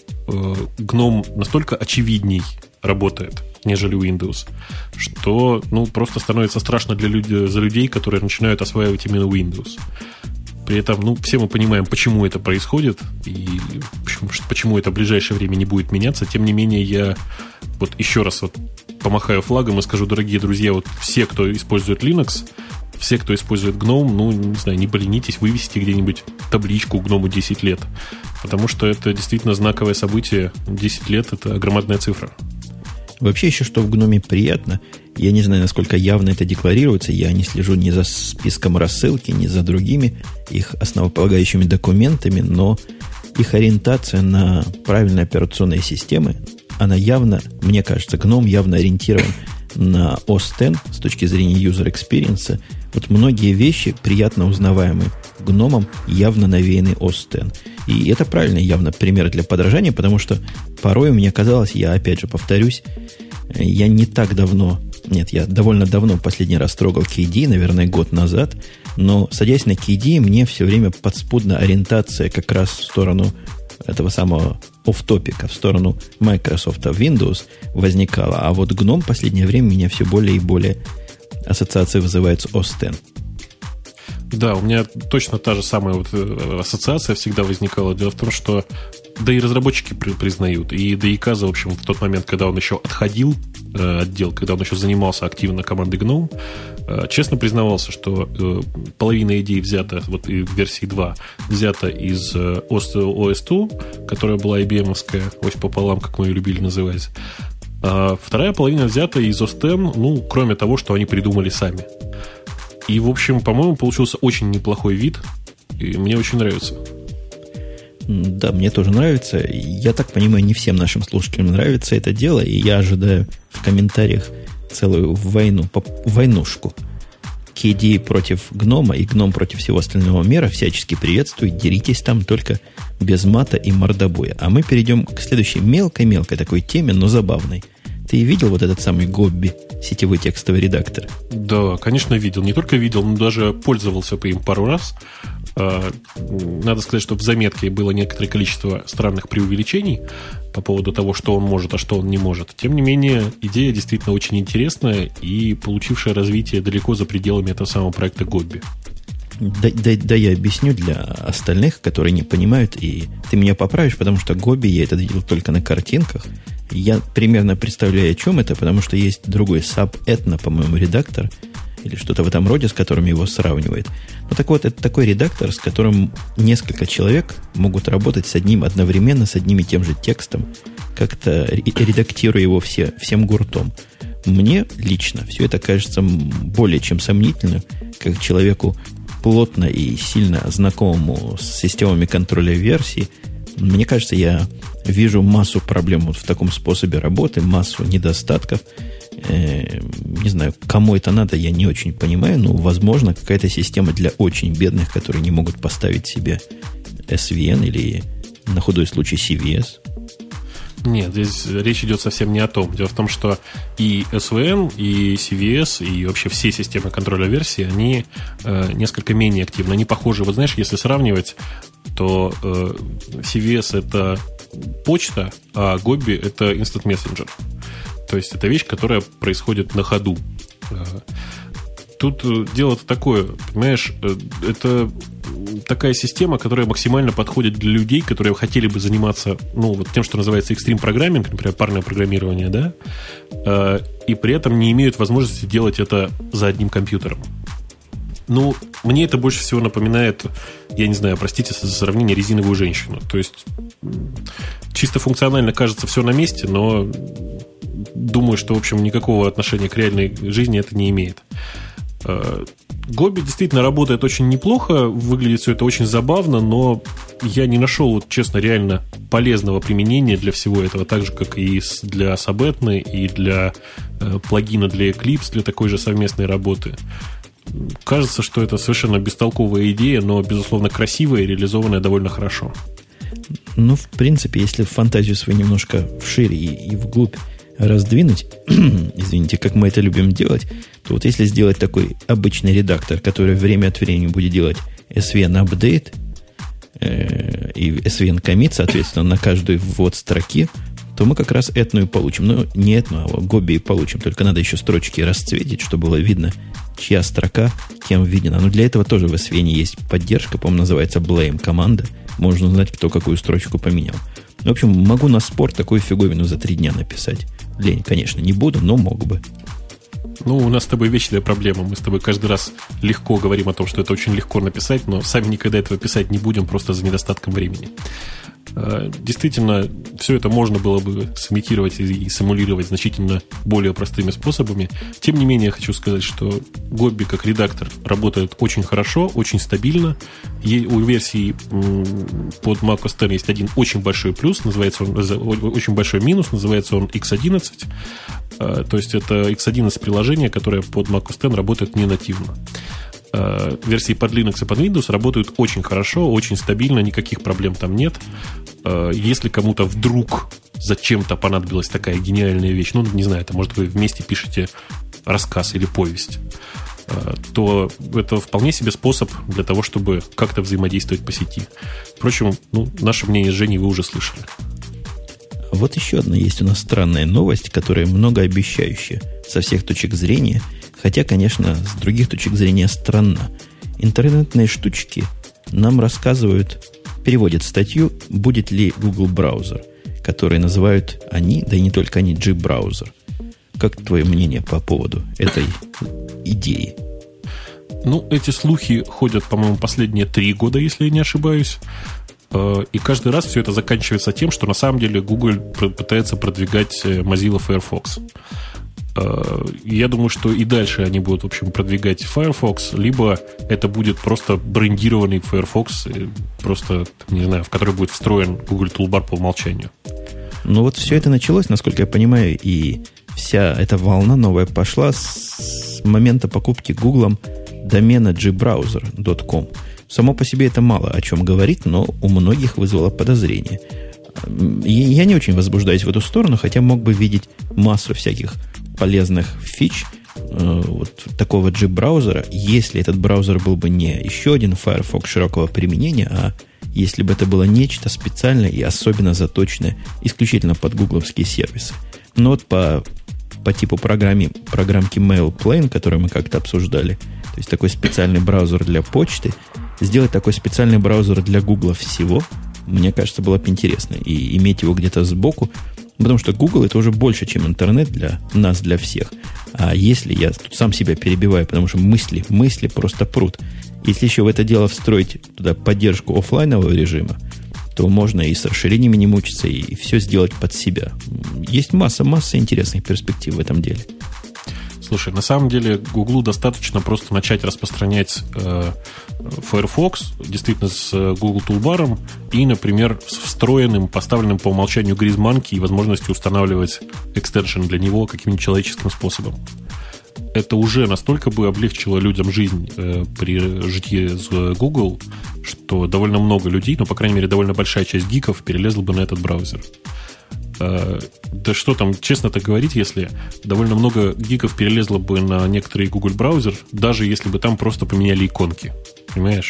GNOME настолько очевидней работает, нежели Windows, что просто становится страшно за людей, которые начинают осваивать именно Windows. При этом, все мы понимаем, почему это происходит и почему это в ближайшее время не будет меняться. Тем не менее, я вот еще раз помахаю флагом и скажу, дорогие друзья, вот все, кто использует Linux, все, кто использует GNOME, не знаю, не поленитесь, вывесите где-нибудь табличку GNOME 10 лет. Потому что это действительно знаковое событие. 10 лет – это громадная цифра. Вообще еще что в GNOME приятно, я не знаю, насколько явно это декларируется, я не слежу ни за списком рассылки, ни за другими их основополагающими документами, но их ориентация на правильные операционные системы, она явно, мне кажется, GNOME явно ориентирован на OS X с точки зрения user experience. Вот многие вещи, приятно узнаваемые GNOME, явно навеяны OS X. И это правильно, явно пример для подражания, потому что порой мне казалось, я опять же повторюсь, я не так давно, нет, я довольно давно последний раз трогал KDE, наверное, год назад, но садясь на KDE, мне все время подспудно ориентация как раз в сторону этого самого офф-топика, в сторону Microsoft Windows возникала. А вот GNOME в последнее время меня все более и более ассоциация вызывает с OS X. Да, у меня точно та же самая ассоциация всегда возникала. Дело в том, что да и разработчики признают, и Дейказа, в общем, в тот момент, когда он еще отходил отдел, когда он еще занимался активно командой GNOME, честно признавался, что половина идей взята, вот и в версии 2, взята из OS2, которая была IBM-овская, ось пополам, как мы ее любили называть. А вторая половина взята из OS X, кроме того, что они придумали сами. И, в общем, по-моему, получился очень неплохой вид, и мне очень нравится. Да, мне тоже нравится. Я так понимаю, не всем нашим слушателям нравится это дело, и я ожидаю в комментариях целую войнушку. KDE против GNOME и GNOME против всего остального мира. Всячески приветствую, деритесь там, только без мата и мордобоя. А мы перейдем к следующей мелкой-мелкой такой теме, но забавной. Ты видел вот этот самый Гобби, сетевой текстовый редактор? Да, конечно, видел. Не только видел, но даже пользовался им пару раз. Надо сказать, что в заметке было некоторое количество странных преувеличений по поводу того, что он может, а что он не может. Тем не менее, идея действительно очень интересная и получившая развитие далеко за пределами этого самого проекта Гобби. Да, я объясню для остальных, которые не понимают, и ты меня поправишь, потому что Гобби я это видел только на картинках. Я примерно представляю, о чем это, потому что есть другой SubEtna, по-моему, редактор, или что-то в этом роде, с которым его сравнивает. Ну так вот, это такой редактор, с которым несколько человек могут работать с одним одновременно, с одним и тем же текстом, как-то редактируя его всем гуртом. Мне лично все это кажется более чем сомнительным, как человеку плотно и сильно знакомому с системами контроля версий. Мне кажется, я вижу массу проблем вот в таком способе работы, массу недостатков. Не знаю, кому это надо, я не очень понимаю, но, возможно, какая-то система для очень бедных, которые не могут поставить себе SVN или, на худой случай, CVS. Нет, здесь речь идет совсем не о том. Дело в том, что и SVN, и CVS, и вообще все системы контроля версий, они несколько менее активны. Они похожи, вот знаешь, если сравнивать, то CVS – это почта, а Gobby – это Instant Messenger. То есть это вещь, которая происходит на ходу. Тут дело-то такое, понимаешь, это такая система, которая максимально подходит для людей, которые хотели бы заниматься, вот тем, что называется экстрим программинг, например, парное программирование, да, и при этом не имеют возможности делать это за одним компьютером. Мне это больше всего напоминает, я не знаю, простите за сравнение, резиновую женщину. То есть чисто функционально кажется все на месте, но думаю, что, в общем, никакого отношения к реальной жизни это не имеет. Гоби действительно работает очень неплохо, выглядит все это очень забавно, но я не нашел, вот, честно, реально полезного применения для всего этого, так же, как и для Sabetны, и для плагина для Eclipse, для такой же совместной работы. Кажется, что это совершенно бестолковая идея, но, безусловно, красивая и реализованная довольно хорошо. Ну, в принципе, если фантазию свою немножко вшире и вглубь раздвинуть, извините, как мы это любим делать, то вот если сделать такой обычный редактор, который время от времени будет делать SVN update и SVN commit, соответственно, на каждый ввод строки, то мы как раз этную получим. Ну, не этну, а Гоби получим. Только надо еще строчки расцветить, чтобы было видно, чья строка кем введена. Но для этого тоже в SVN есть поддержка, по-моему, называется blame команда. Можно узнать, кто какую строчку поменял. В общем, могу на спор такую фиговину за 3 дня написать. Лень, конечно, не буду, но мог бы. Ну, у нас с тобой вечная проблема. Мы с тобой каждый раз легко говорим о том, что это очень легко написать, но сами никогда этого писать не будем просто за недостатком времени. Действительно, все это можно было бы сымитировать и симулировать значительно более простыми способами. Тем не менее, я хочу сказать, что Гоби как редактор работает очень хорошо, очень стабильно. У версии под Mac OS X есть один очень большой плюс, называется он, очень большой минус, называется он X11. То есть это X11 приложение, которое под Mac OS X работает не нативно. Версии под Linux и под Windows работают очень хорошо, очень стабильно, никаких проблем там нет. Если кому-то вдруг зачем-то понадобилась такая гениальная вещь, ну, не знаю, это, может, вы вместе пишете рассказ или повесть, то это вполне себе способ для того, чтобы как-то взаимодействовать по сети. Впрочем, ну, наше мнение с Женей вы уже слышали. Вот еще одна есть у нас странная новость, которая многообещающая со всех точек зрения, хотя, конечно, с других точек зрения странна. Интернетные штучки нам рассказывают, переводят статью, будет ли Google браузер, который называют они, да и не только они, G-браузер. Как твое мнение по поводу этой идеи? Ну, эти слухи ходят, по-моему, последние 3 года, если я не ошибаюсь. И каждый раз все это заканчивается тем, что на самом деле Google пытается продвигать Mozilla Firefox. Я думаю, что и дальше они будут, в общем, продвигать Firefox, либо это будет просто брендированный Firefox, просто, не знаю, в который будет встроен Google Toolbar по умолчанию. Ну вот все это началось, насколько я понимаю, и вся эта волна новая пошла с момента покупки Гуглом домена gbrowser.com. Само по себе это мало о чем говорит, но у многих вызвало подозрение. Я не очень возбуждаюсь в эту сторону, хотя мог бы видеть массу всяких полезных фич вот такого G-браузера, если этот браузер был бы не еще один Firefox широкого применения, а если бы это было нечто специальное и особенно заточенное исключительно под гугловские сервисы. Но вот по типу программки MailPlane, которую мы как-то обсуждали, то есть такой специальный браузер для почты, сделать такой специальный браузер для Гугла всего, мне кажется, было бы интересно. И иметь его где-то сбоку, потому что Google это уже больше, чем интернет для нас, для всех. А если я тут сам себя перебиваю, потому что мысли просто прут. Если еще в это дело встроить туда поддержку офлайнового режима, то можно и с расширениями не мучиться, и все сделать под себя. Есть масса интересных перспектив в этом деле. Слушай, на самом деле Гуглу достаточно просто начать распространять Firefox действительно с Google Toolbar и, например, с встроенным, поставленным по умолчанию Grismonkey и возможностью устанавливать экстеншн для него каким-нибудь человеческим способом. Это уже настолько бы облегчило людям жизнь при житье с Google, что довольно много людей, ну, по крайней мере, довольно большая часть гиков перелезла бы на этот браузер. Да что там, честно-то говорить, если довольно много гиков перелезло бы на некоторый Google браузер, даже если бы там просто поменяли иконки. Понимаешь?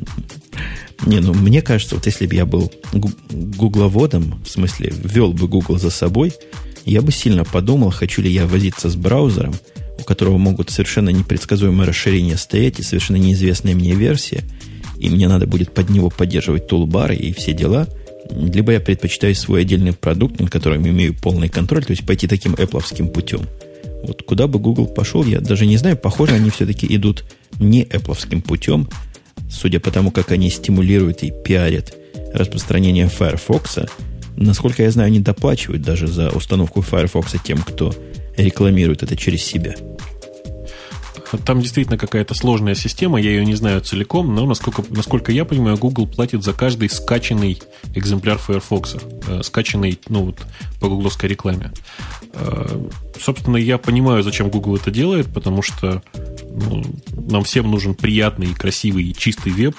Не, ну мне кажется, вот если бы я был гугловодом, в смысле, ввел бы Google за собой, я бы сильно подумал, хочу ли я возиться с браузером, у которого могут совершенно непредсказуемые расширения стоять и совершенно неизвестная мне версия, и мне надо будет под него поддерживать тулбары и все дела. Либо я предпочитаю свой отдельный продукт, над которым имею полный контроль, то есть пойти таким Apple'овским путем. Вот куда бы Google пошел, я даже не знаю. Похоже, они все-таки идут не Apple'овским путем, судя по тому, как они стимулируют и пиарят распространение Firefox. Насколько я знаю, они доплачивают даже за установку Firefox тем, кто рекламирует это через себя. там действительно какая-то сложная система, я ее не знаю целиком, но, насколько я понимаю, Google платит за каждый скачанный экземпляр Firefox, скачанный, по гугловской рекламе. Собственно, я понимаю, зачем Google это делает, потому что нам всем нужен приятный, красивый и чистый веб,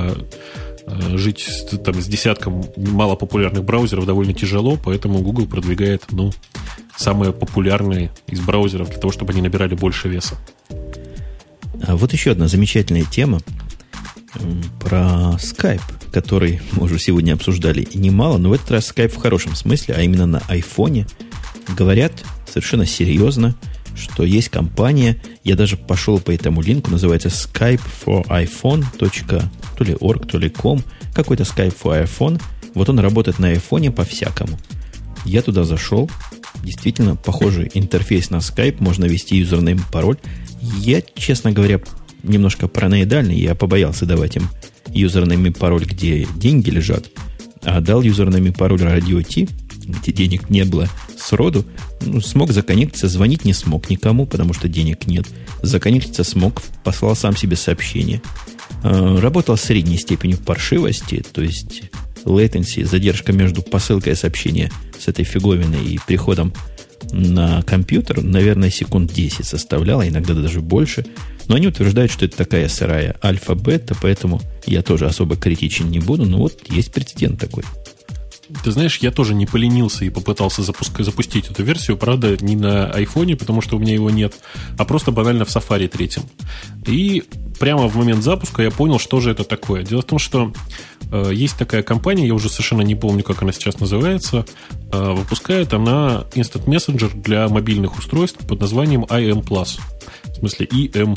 жить там с десятком малопопулярных браузеров довольно тяжело, поэтому Google продвигает, самые популярные из браузеров для того, чтобы они набирали больше веса. А вот еще одна замечательная тема про Skype, который мы уже сегодня обсуждали немало, но в этот раз Skype в хорошем смысле, а именно на айфоне. Говорят совершенно серьезно, что есть компания, я даже пошел по этому линку, называется Skype for iPhone. То ли org, то ли com, какой-то Skype for iPhone. Вот он работает на айфоне по-всякому. Я туда зашел, действительно похожий интерфейс на Skype, можно ввести юзернейм, пароль. Я, честно говоря, немножко параноидальный, я побоялся давать им юзернейм и пароль, где деньги лежат, а дал юзернейм и пароль Radio T, где денег не было сроду. Смог законнектиться, звонить не смог никому, потому что денег нет. Законнектиться смог, послал сам себе сообщение. Работал с средней степенью паршивости, то есть latency, задержка между посылкой сообщения с этой фиговиной и приходом на компьютер, наверное, секунд 10 составляла, иногда даже больше. Но они утверждают, что это такая сырая альфа-бета, поэтому я тоже особо критичен не буду. Но вот есть прецедент такой. Ты знаешь, я тоже не поленился и попытался запустить эту версию, правда, не на айфоне, потому что у меня его нет, а просто банально в Safari 3. И прямо в момент запуска я понял, что же это такое. Дело в том, что есть такая компания, я уже совершенно не помню, как она сейчас называется, выпускает она Instant Messenger для мобильных устройств под названием IM+, в смысле IM+.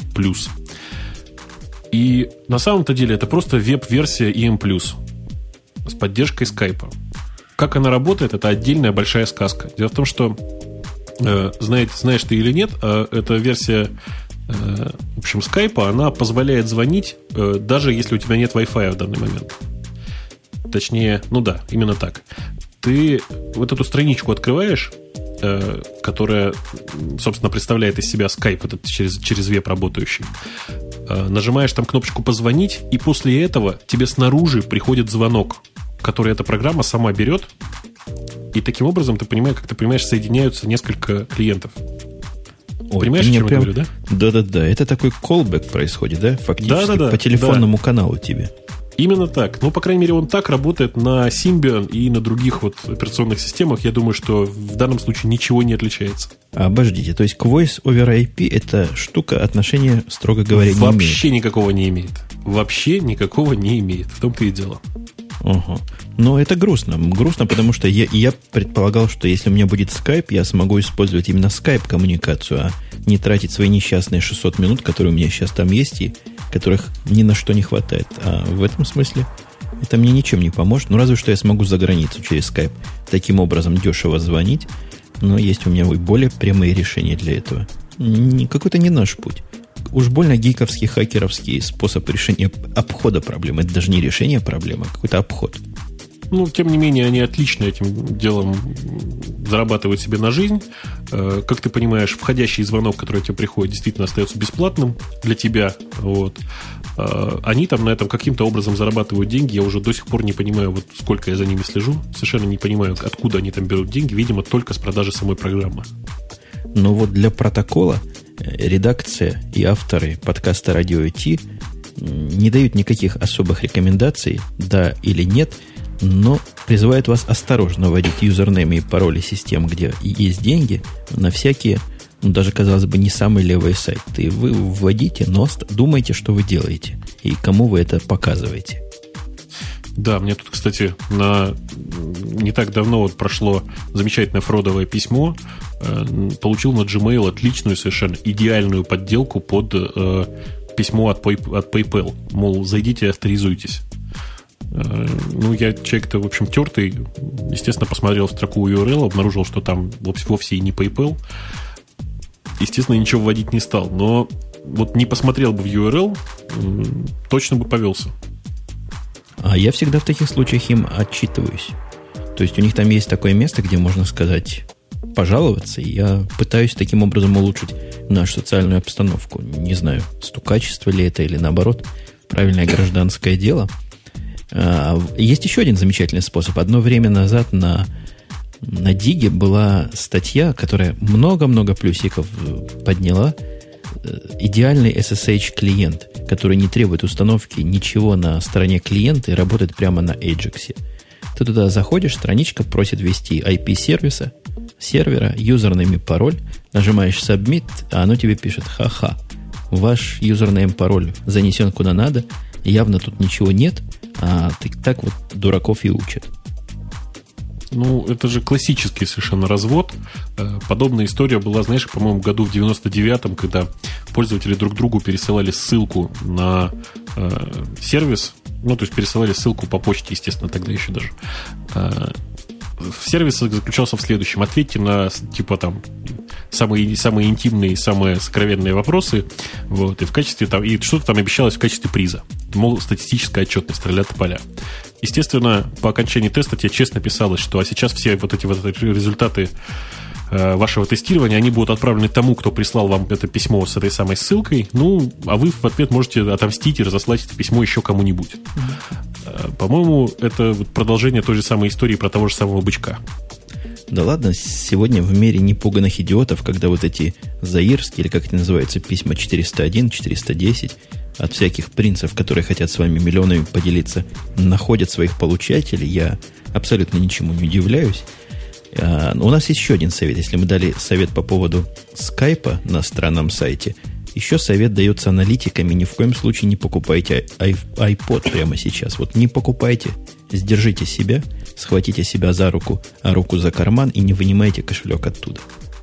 И на самом-то деле это просто веб-версия IM+, с поддержкой скайпа. Как она работает, это отдельная большая сказка. Дело в том, что, знаешь ты или нет, эта версия, в общем, скайпа, она позволяет звонить, даже если у тебя нет Wi-Fi в данный момент. Точнее, именно так. Ты вот эту страничку открываешь, которая, собственно, представляет из себя скайп этот через веб работающий. Нажимаешь там кнопочку «Позвонить», и после этого тебе снаружи приходит звонок, который эта программа сама берет, и таким образом, как ты понимаешь, соединяются несколько клиентов. Понимаешь, о чем я говорю, да? Да. Это такой callback происходит, да? Фактически да, по телефонному каналу тебе. Именно так. По крайней мере, он так работает на Symbian и на других операционных системах. Я думаю, что в данном случае ничего не отличается. Обождите, то есть к Voice over IP эта штука отношения, строго говоря, не имеет? Вообще никакого не имеет. Вообще никакого не имеет. В том-то и дело. Ага. Но это грустно. Грустно, потому что я предполагал, что если у меня будет Skype, я смогу использовать именно Skype-коммуникацию, а не тратить свои несчастные 600 минут, которые у меня сейчас там есть, и которых ни на что не хватает. А в этом смысле это мне ничем не поможет. Разве что я смогу за границу через Skype таким образом дешево звонить. Но есть у меня более прямые решения для этого. Какой-то не наш путь. Уж больно гиковский, хакеровский способ решения обхода проблемы. Это даже не решение проблемы, а какой-то обход. Тем не менее, они отлично этим делом зарабатывают себе на жизнь. Как ты понимаешь, входящий звонок, который тебе приходит, действительно остается бесплатным для тебя. Они там на этом каким-то образом зарабатывают деньги. Я уже до сих пор не понимаю, сколько я за ними слежу. Совершенно не понимаю, откуда они там берут деньги. Видимо, только с продажи самой программы. Но для протокола редакция и авторы подкаста Radio T не дают никаких особых рекомендаций, да или нет, но призывают вас осторожно вводить юзернеймы и пароли систем, где есть деньги, на всякие, даже, казалось бы, не самые левые сайты. Вы вводите, но думайте, что вы делаете и кому вы это показываете. Да, мне тут, кстати, не так давно прошло замечательное фродовое письмо. Получил на Gmail отличную, совершенно идеальную подделку под письмо от PayPal. Мол, зайдите и авторизуйтесь. Я человек-то, в общем, тертый. Естественно, посмотрел в строку URL, обнаружил, что там вовсе и не PayPal. Естественно, ничего вводить не стал. Но не посмотрел бы в URL, точно бы повелся. А я всегда в таких случаях им отчитываюсь. То есть у них там есть такое место, где можно сказать пожаловаться, и я пытаюсь таким образом улучшить нашу социальную обстановку. Не знаю, стукачество ли это или наоборот, правильное гражданское дело. Есть еще один замечательный способ. Одно время назад на Диге была статья, которая много-много плюсиков подняла. Идеальный SSH-клиент, который не требует установки ничего на стороне клиента и работает прямо на Ajax. Ты туда заходишь, страничка просит ввести IP-сервера, юзернейм и пароль, нажимаешь Submit, а оно тебе пишет: ха-ха, ваш юзернейм, пароль занесен куда надо, явно тут ничего нет, а так вот дураков и учат. Ну, это же классический совершенно развод. Подобная история была, знаешь, по-моему, году в 99-м, когда пользователи друг другу пересылали ссылку на сервис, ну, то есть пересылали ссылку по почте, естественно, тогда еще даже. Сервис заключался в следующем: ответьте на, типа, там, самые интимные, самые сокровенные вопросы, вот, и в качестве там, и что-то там обещалось в качестве приза. Мол, статистическая отчетность, поля. Естественно, по окончании теста тебе честно писалось, что а сейчас все вот эти результаты вашего тестирования, они будут отправлены тому, кто прислал вам это письмо с этой самой ссылкой, ну, а вы в ответ можете отомстить и разослать это письмо еще кому-нибудь. По-моему, это продолжение той же самой истории про того же самого бычка. Да ладно, сегодня в мире непуганных идиотов, когда вот эти заирские, или как это называется, письма 401, 410, от всяких принцев, которые хотят с вами миллионами поделиться, находят своих получателей, я абсолютно ничему не удивляюсь. У нас есть еще один совет. Если мы дали совет по поводу скайпа на странном сайте, еще совет дается аналитиками: ни в коем случае не покупайте iPod прямо сейчас. Вот не покупайте, сдержите себя, схватите себя за руку, а руку за карман и не вынимайте кошелек оттуда.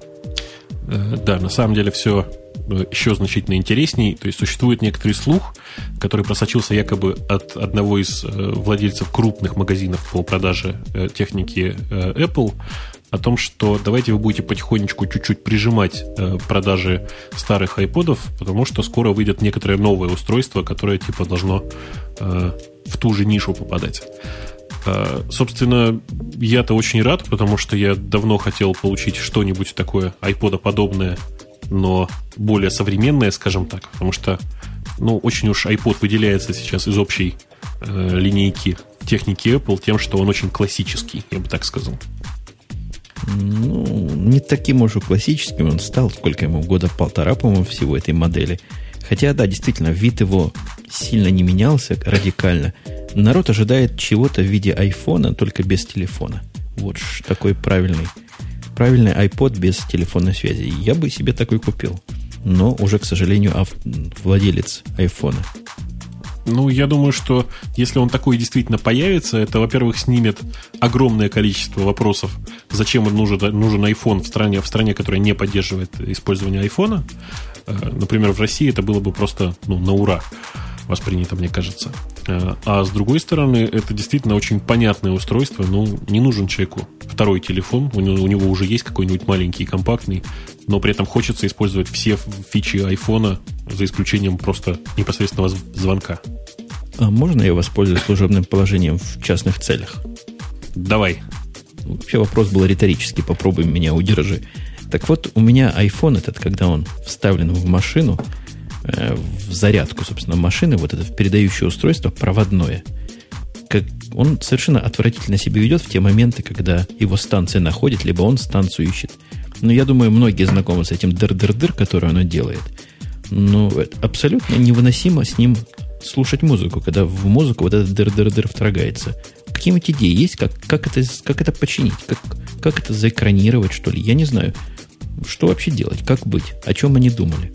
Да, на самом деле все еще значительно интересней. То есть существует некоторый слух, который просочился якобы от одного из владельцев крупных магазинов по продаже техники Apple, о том, что давайте вы будете потихонечку чуть-чуть прижимать продажи старых iPod'ов, потому что скоро выйдет некоторое новое устройство, которое типа должно в ту же нишу попадать. Собственно, я-то очень рад, потому что я давно хотел получить что-нибудь такое iPod-подобное, но более современное, скажем так, потому что, ну, очень уж iPod выделяется сейчас из общей линейки техники Apple тем, что он очень классический, я бы так сказал. Ну, не таким уж и классическим он стал, сколько ему, года полтора, по-моему, всего этой модели. Хотя, да, действительно, вид его сильно не менялся радикально. Народ ожидает чего-то в виде айфона, только без телефона. Вот такой правильный iPod без телефонной связи. Я бы себе такой купил. Но уже, к сожалению, владелец айфона. Ну, я думаю, что если он такой действительно появится, это, во-первых, снимет огромное количество вопросов, зачем нужен iPhone в стране, которая не поддерживает использование айфона. Например, в России это было бы просто на ура воспринято, мне кажется. А с другой стороны, это действительно очень понятное устройство. Ну, не нужен человеку второй телефон, у него уже есть какой-нибудь маленький, компактный, но при этом хочется использовать все фичи айфона, за исключением просто непосредственного звонка. А можно я воспользуюсь служебным положением в частных целях? Давай. Вообще вопрос был риторический, попробуй меня удержи. Так вот, у меня iPhone этот, когда он вставлен в машину, в зарядку, собственно, машины, вот это передающее устройство проводное, он совершенно отвратительно себя ведет в те моменты, когда его станция находит, либо он станцию ищет. Но я думаю, многие знакомы с этим дыр-дыр-дыр, который оно делает. Но это абсолютно невыносимо с ним слушать музыку, когда в музыку вот этот дыр-дыр-дыр вторгается. Какие-нибудь идеи есть, как это починить, как это заэкранировать, что ли? Я не знаю. Что вообще делать, как быть, о чем они думали?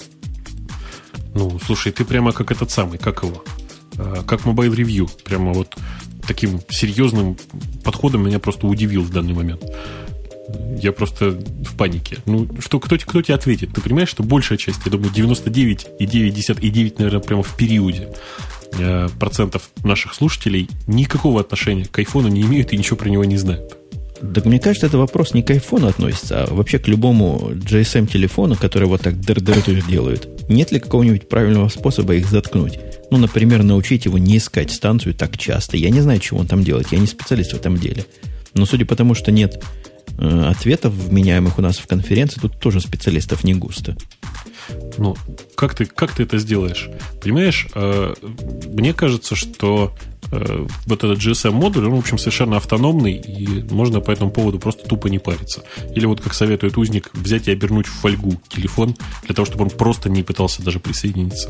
Ну, слушай, ты прямо как этот самый, как его? Как Mobile Review. Прямо вот таким серьезным подходом меня просто удивил в данный момент. Я просто в панике. Ну, кто тебе ответит? Ты понимаешь, что большая часть, я думаю, 99,9, наверное, прямо в периоде процентов наших слушателей никакого отношения к айфону не имеют и ничего про него не знают. Так мне кажется, это вопрос не к айфону относится, а вообще к любому GSM-телефону, который вот так дыр-дыр делают. Нет ли какого-нибудь правильного способа их заткнуть? Ну, например, научить его не искать станцию так часто. Я не знаю, чего он там делает, я не специалист в этом деле. Но судя по тому, что нет ответов вменяемых у нас в конференции тут тоже специалистов не густо. Ну, как ты это сделаешь? Понимаешь, мне кажется, что вот этот GSM-модуль, он, в общем, совершенно автономный, и можно по этому поводу просто тупо не париться. Или вот, как советует узник, взять и обернуть в фольгу телефон, для того, чтобы он просто не пытался даже присоединиться.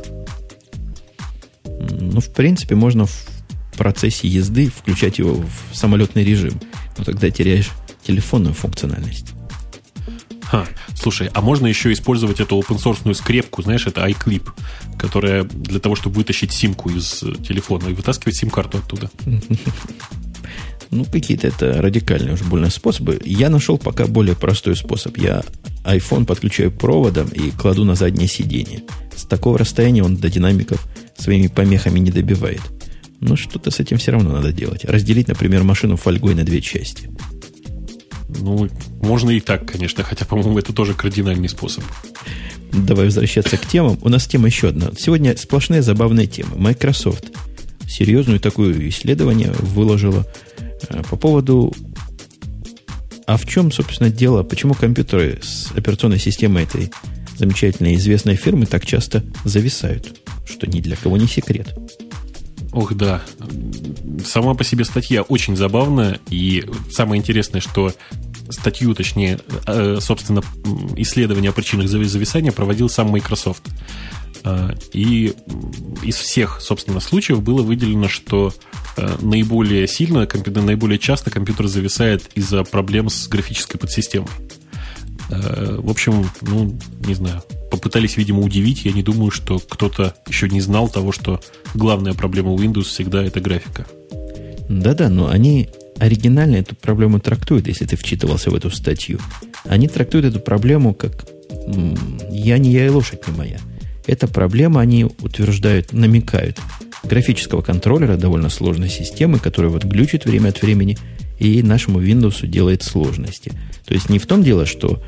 Ну, в принципе, можно в процессе езды включать его в самолетный режим. Но тогда теряешь телефонную функциональность. Слушай, а можно еще использовать эту open-source скрепку, знаешь, это iClip, которая для того, чтобы вытащить симку из телефона и вытаскивать сим-карту оттуда. Ну, какие-то это радикальные уж больно способы. Я нашел пока более простой способ. Я iPhone подключаю проводом и кладу на заднее сиденье. С такого расстояния он до динамиков своими помехами не добивает. Но что-то с этим все равно надо делать. Разделить, например, машину фольгой на две части. Ну, можно и так, конечно, хотя, по-моему, это тоже кардинальный способ. Давай возвращаться к темам. У нас тема еще одна. Сегодня сплошные забавные темы. Microsoft серьезную такое исследование выложила по поводу... А в чем, собственно, дело? Почему компьютеры с операционной системой этой замечательной известной фирмы так часто зависают? Что ни для кого не секрет. Ох, да. Сама по себе статья очень забавная. И самое интересное, что статью, точнее, собственно, исследование о причинах зависания проводил сам Microsoft. И из всех, собственно, случаев было выделено, что наиболее сильно, наиболее часто компьютер зависает из-за проблем с графической подсистемой. В общем, ну, не знаю, попытались, видимо, удивить. Я не думаю, что кто-то еще не знал того, что главная проблема Windows всегда это графика. Да-да, но они оригинально эту проблему трактуют, если ты вчитывался в эту статью. Они трактуют эту проблему как «я не я и лошадь не моя». Эта проблема, они утверждают, намекают, графического контроллера довольно сложной системы, которая вот глючит время от времени и нашему Windows делает сложности. То есть не в том дело, что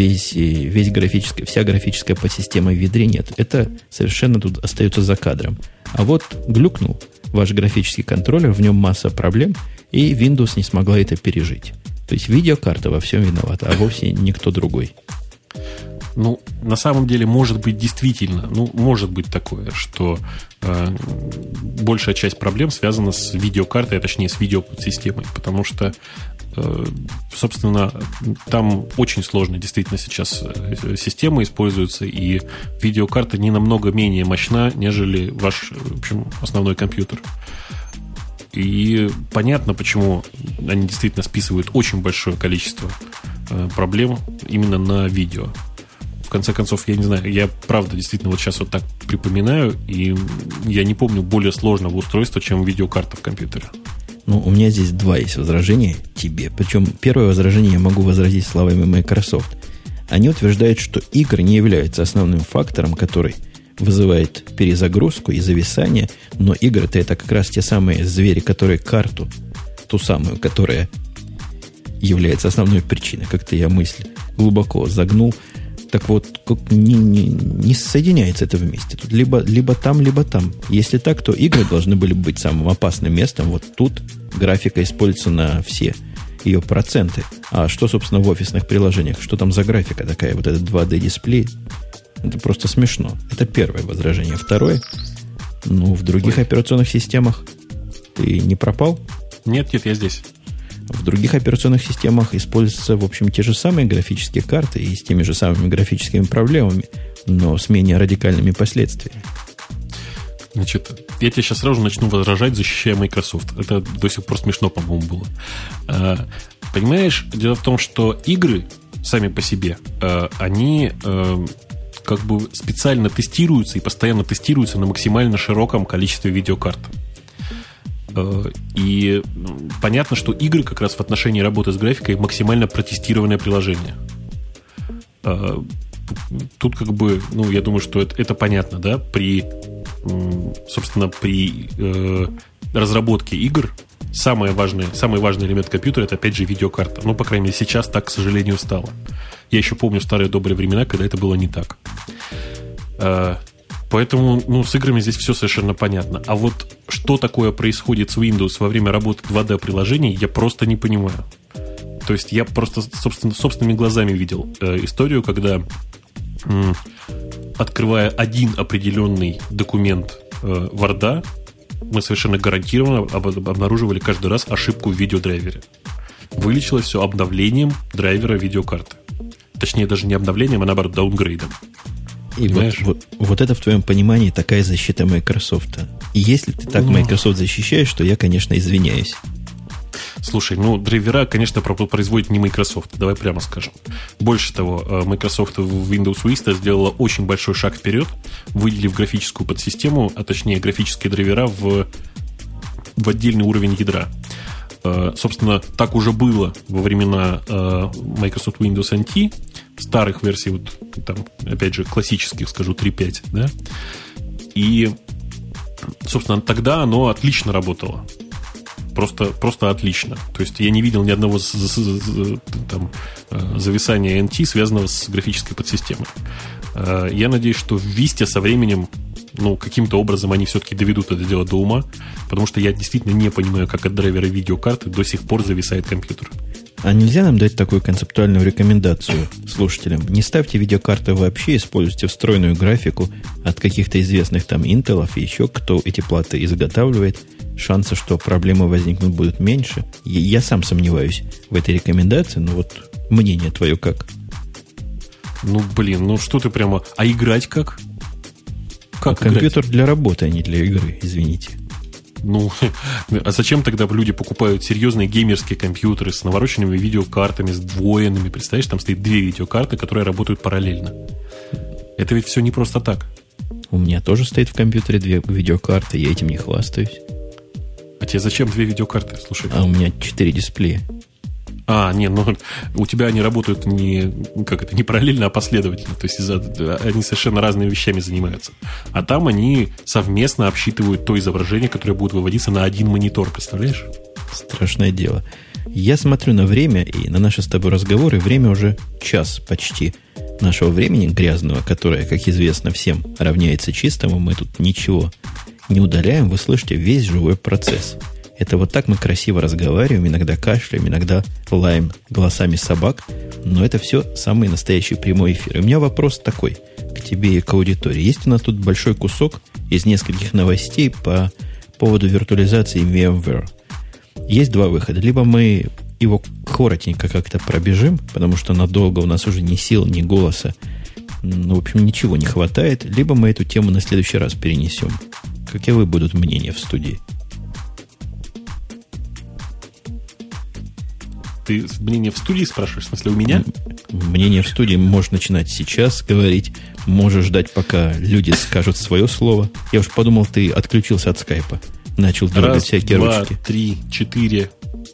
вся графическая подсистема в ядре нет. Это совершенно тут остается за кадром. А вот глюкнул ваш графический контроллер, в нем масса проблем, и Windows не смогла это пережить. То есть видеокарта во всем виновата, а вовсе никто другой. Ну, на самом деле, может быть, действительно, может быть такое, что большая часть проблем связана с видеокартой, а точнее с видеоподсистемой, потому что, собственно, там очень сложно действительно сейчас система используется, и видеокарта не намного менее мощна, нежели ваш, в общем, основной компьютер. И понятно, почему они действительно списывают очень большое количество проблем именно на видео. В конце концов, я не знаю, я правда действительно вот сейчас вот так припоминаю, и я не помню более сложного устройства, чем видеокарта в компьютере. Ну, у меня здесь два есть возражения тебе. Причем первое возражение я могу возразить словами Microsoft. Они утверждают, что игры не являются основным фактором, который вызывает перезагрузку и зависание, но игры-то это как раз те самые звери, которые карту, ту самую, которая является основной причиной. Как-то я мысль глубоко загнул. Так вот, не соединяется это вместе. Тут либо там, либо там. Если так, то игры должны были быть самым опасным местом. Вот тут графика используется на все ее проценты. А что, собственно, в офисных приложениях? Что там за графика такая? Вот этот 2D-дисплей. Это просто смешно. Это первое возражение. Второе. В других операционных системах ты не пропал? Нет, я здесь. В других операционных системах используются, в общем, те же самые графические карты и с теми же самыми графическими проблемами, но с менее радикальными последствиями. Значит, я тебе сейчас сразу начну возражать, защищая Microsoft. Это до сих пор смешно, по-моему, было. Понимаешь, дело в том, что игры сами по себе, они как бы специально тестируются и постоянно тестируются на максимально широком количестве видеокарт. И понятно, что игры как раз в отношении работы с графикой максимально протестированное приложение. Тут как бы, я думаю, что это понятно, да, при разработке игр самый важный элемент компьютера — это, опять же, видеокарта. По крайней мере, сейчас так, к сожалению, стало. Я еще помню старые добрые времена, когда это было не так. Поэтому, с играми здесь все совершенно понятно. А вот что такое происходит с Windows во время работы 2D-приложений, я просто не понимаю. То есть я просто собственными глазами видел историю, когда, открывая один определенный документ Word, мы совершенно гарантированно обнаруживали каждый раз ошибку в видеодрайвере. Вылечилось все обновлением драйвера видеокарты. Точнее, даже не обновлением, а наоборот, даунгрейдом. И вот это в твоем понимании такая защита Microsoft. И если ты так Microsoft защищаешь, то я, конечно, извиняюсь. Слушай, драйвера, конечно, производит не Microsoft, давай прямо скажем. Больше того, Microsoft в Windows Vista сделала очень большой шаг вперед, выделив графическую подсистему, а точнее графические драйвера в отдельный уровень ядра. Собственно, так уже было во времена Microsoft Windows NT, старых версий, вот там, опять же, классических, скажу, 3.5, да? И, собственно, тогда оно отлично работало. Просто отлично. То есть я не видел ни одного зависания NT, связанного с графической подсистемой. Я надеюсь, что в Vista со временем каким-то образом они все-таки доведут это дело до ума, потому что я действительно не понимаю, как от драйвера видеокарты до сих пор зависает компьютер. А нельзя нам дать такую концептуальную рекомендацию слушателям? Не ставьте видеокарты вообще, используйте встроенную графику от каких-то известных там Intel и еще кто эти платы изготавливает. Шансы, что проблемы возникнут, будут меньше. Я сам сомневаюсь в этой рекомендации, но вот мнение твое как? Что ты прямо... А играть как? Как компьютер играть? Для работы, а не для игры, извините. А зачем тогда люди покупают серьезные геймерские компьютеры с навороченными видеокартами, сдвоенными? Представляешь, там стоит 2 видеокарты, которые работают параллельно. Это ведь все не просто так. У меня тоже стоит в компьютере 2 видеокарты, я этим не хвастаюсь. А тебе зачем 2 видеокарты? Слушай. А у меня 4 дисплея. У тебя они работают не параллельно, а последовательно. То есть они совершенно разными вещами занимаются. А там они совместно обсчитывают то изображение, которое будет выводиться на один монитор, представляешь? Страшное дело. Я смотрю на время и на наши с тобой разговоры. Время уже час почти нашего времени грязного, которое, как известно всем, равняется чистому. Мы тут ничего не удаляем. Вы слышите весь живой процесс. Это вот так мы красиво разговариваем, иногда кашляем, иногда лаем голосами собак. Но это все самый настоящий прямой эфир. И у меня вопрос такой к тебе и к аудитории. Есть у нас тут большой кусок из нескольких новостей по поводу виртуализации VMware. Есть 2 выхода. Либо мы его коротенько как-то пробежим, потому что надолго у нас уже ни сил, ни голоса. В общем, ничего не хватает. Либо мы эту тему на следующий раз перенесем. Каковы будут мнения в студии? Ты мнение в студии спрашиваешь? В смысле, у меня? Мнение в студии можешь начинать сейчас говорить. Можешь ждать, пока люди скажут свое слово. Я уж подумал, ты отключился от скайпа. Начал дергать всякие ручки. 1, 2, 3, 4.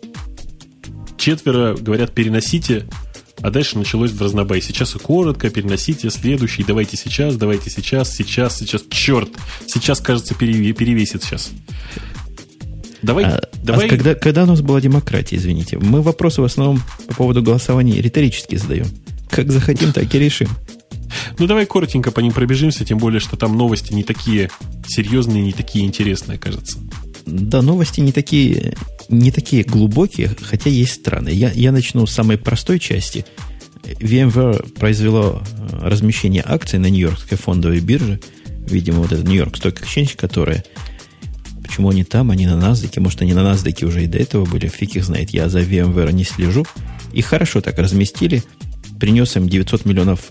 4 говорят, переносите. А дальше началось в разнобай. Сейчас и коротко, переносите, следующий. Давайте сейчас. Сейчас. Черт! Сейчас, кажется, перевесит сейчас. Давай. Когда у нас была демократия, извините, мы вопросы в основном по поводу голосования риторически задаем. Как захотим, так и решим. Давай коротенько по ним пробежимся, тем более, что там новости не такие серьезные, не такие интересные, кажется. Да, новости не такие глубокие, хотя есть странные. Я начну с самой простой части. VMware произвело размещение акций на Нью-Йоркской фондовой бирже. Видимо, вот это Нью-Йорк Stock Exchange, которая... Почему они там, они на NASDAQ? Может, они на NASDAQ уже и до этого были? Фиг их знает. Я за VMware не слежу. И хорошо так разместили. Принес им $900 миллионов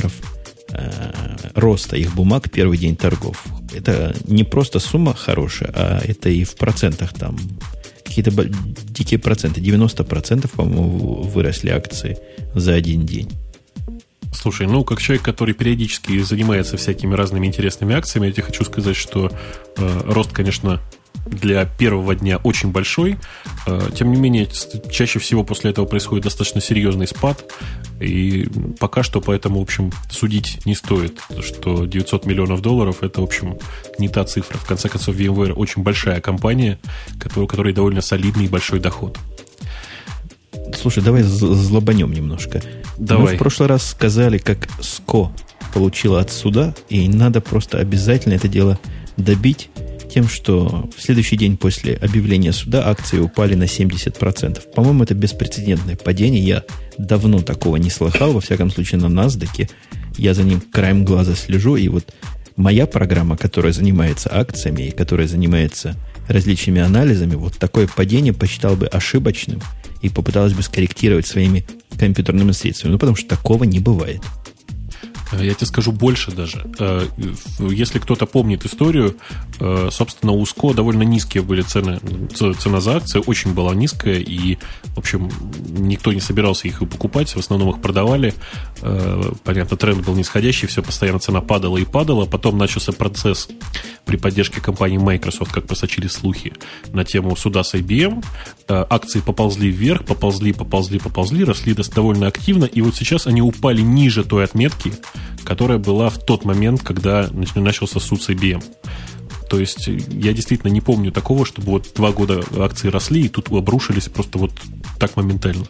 роста их бумаг первый день торгов. Это не просто сумма хорошая, а это и в процентах там какие-то дикие проценты. 90%, по-моему, выросли акции за один день. Слушай, как человек, который периодически занимается всякими разными интересными акциями, я тебе хочу сказать, что рост, конечно, для первого дня очень большой. Тем не менее, чаще всего после этого происходит достаточно серьезный спад. И пока что поэтому, в общем, судить не стоит, что $900 миллионов это, в общем, не та цифра. В конце концов, VMware очень большая компания, у которой довольно солидный и большой доход. Слушай, давай злобанем немножко. Давай. Мы в прошлый раз сказали, как СКО получила от суда, и надо просто обязательно это дело добить. тем, что в следующий день после объявления суда акции упали на 70%. По-моему, это беспрецедентное падение. Я давно такого не слыхал, во всяком случае, на NASDAQ. Я за ним краем глаза слежу, и вот моя программа, которая занимается акциями и которая занимается различными анализами, вот такое падение посчитал бы ошибочным и попыталась бы скорректировать своими компьютерными средствами. Ну, потому что такого не бывает. Я тебе скажу больше даже. Если кто-то помнит историю, собственно, у СКО довольно низкие были цены. Цена за акции очень была низкая, и, в общем, никто не собирался их покупать, в основном их продавали. Понятно, тренд был нисходящий, все постоянно цена падала и падала. Потом начался процесс при поддержке компании Microsoft, как просочились слухи, на тему суда с IBM. Акции поползли вверх, поползли, росли довольно активно, и вот сейчас они упали ниже той отметки, которая была в тот момент, когда начался суд с IBM. То есть я действительно не помню такого, чтобы вот 2 года акции росли и тут обрушились просто вот так моментально.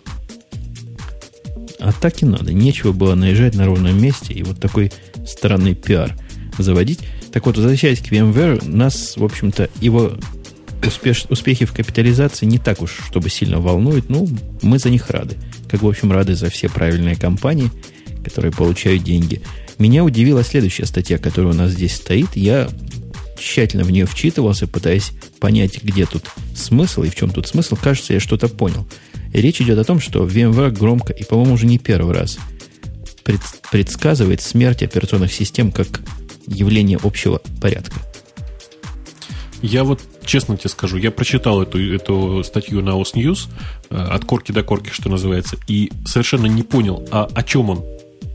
А так и надо. Нечего было наезжать на ровном месте и вот такой странный пиар заводить. Так вот, возвращаясь к VMware, нас, в общем-то, его успехи в капитализации не так уж, чтобы сильно волнуют. Ну, мы за них рады. Как, в общем, рады за все правильные компании, которые получают деньги. Меня удивила следующая статья, которая у нас здесь стоит. Я тщательно в нее вчитывался, пытаясь понять, где тут смысл и в чем тут смысл. Кажется, я что-то понял. И речь идет о том, что VMware громко, и, по-моему, уже не первый раз предсказывает смерть операционных систем как явление общего порядка. Я вот честно тебе скажу, я прочитал эту статью на OS News от корки до корки, что называется, и совершенно не понял, о чем он.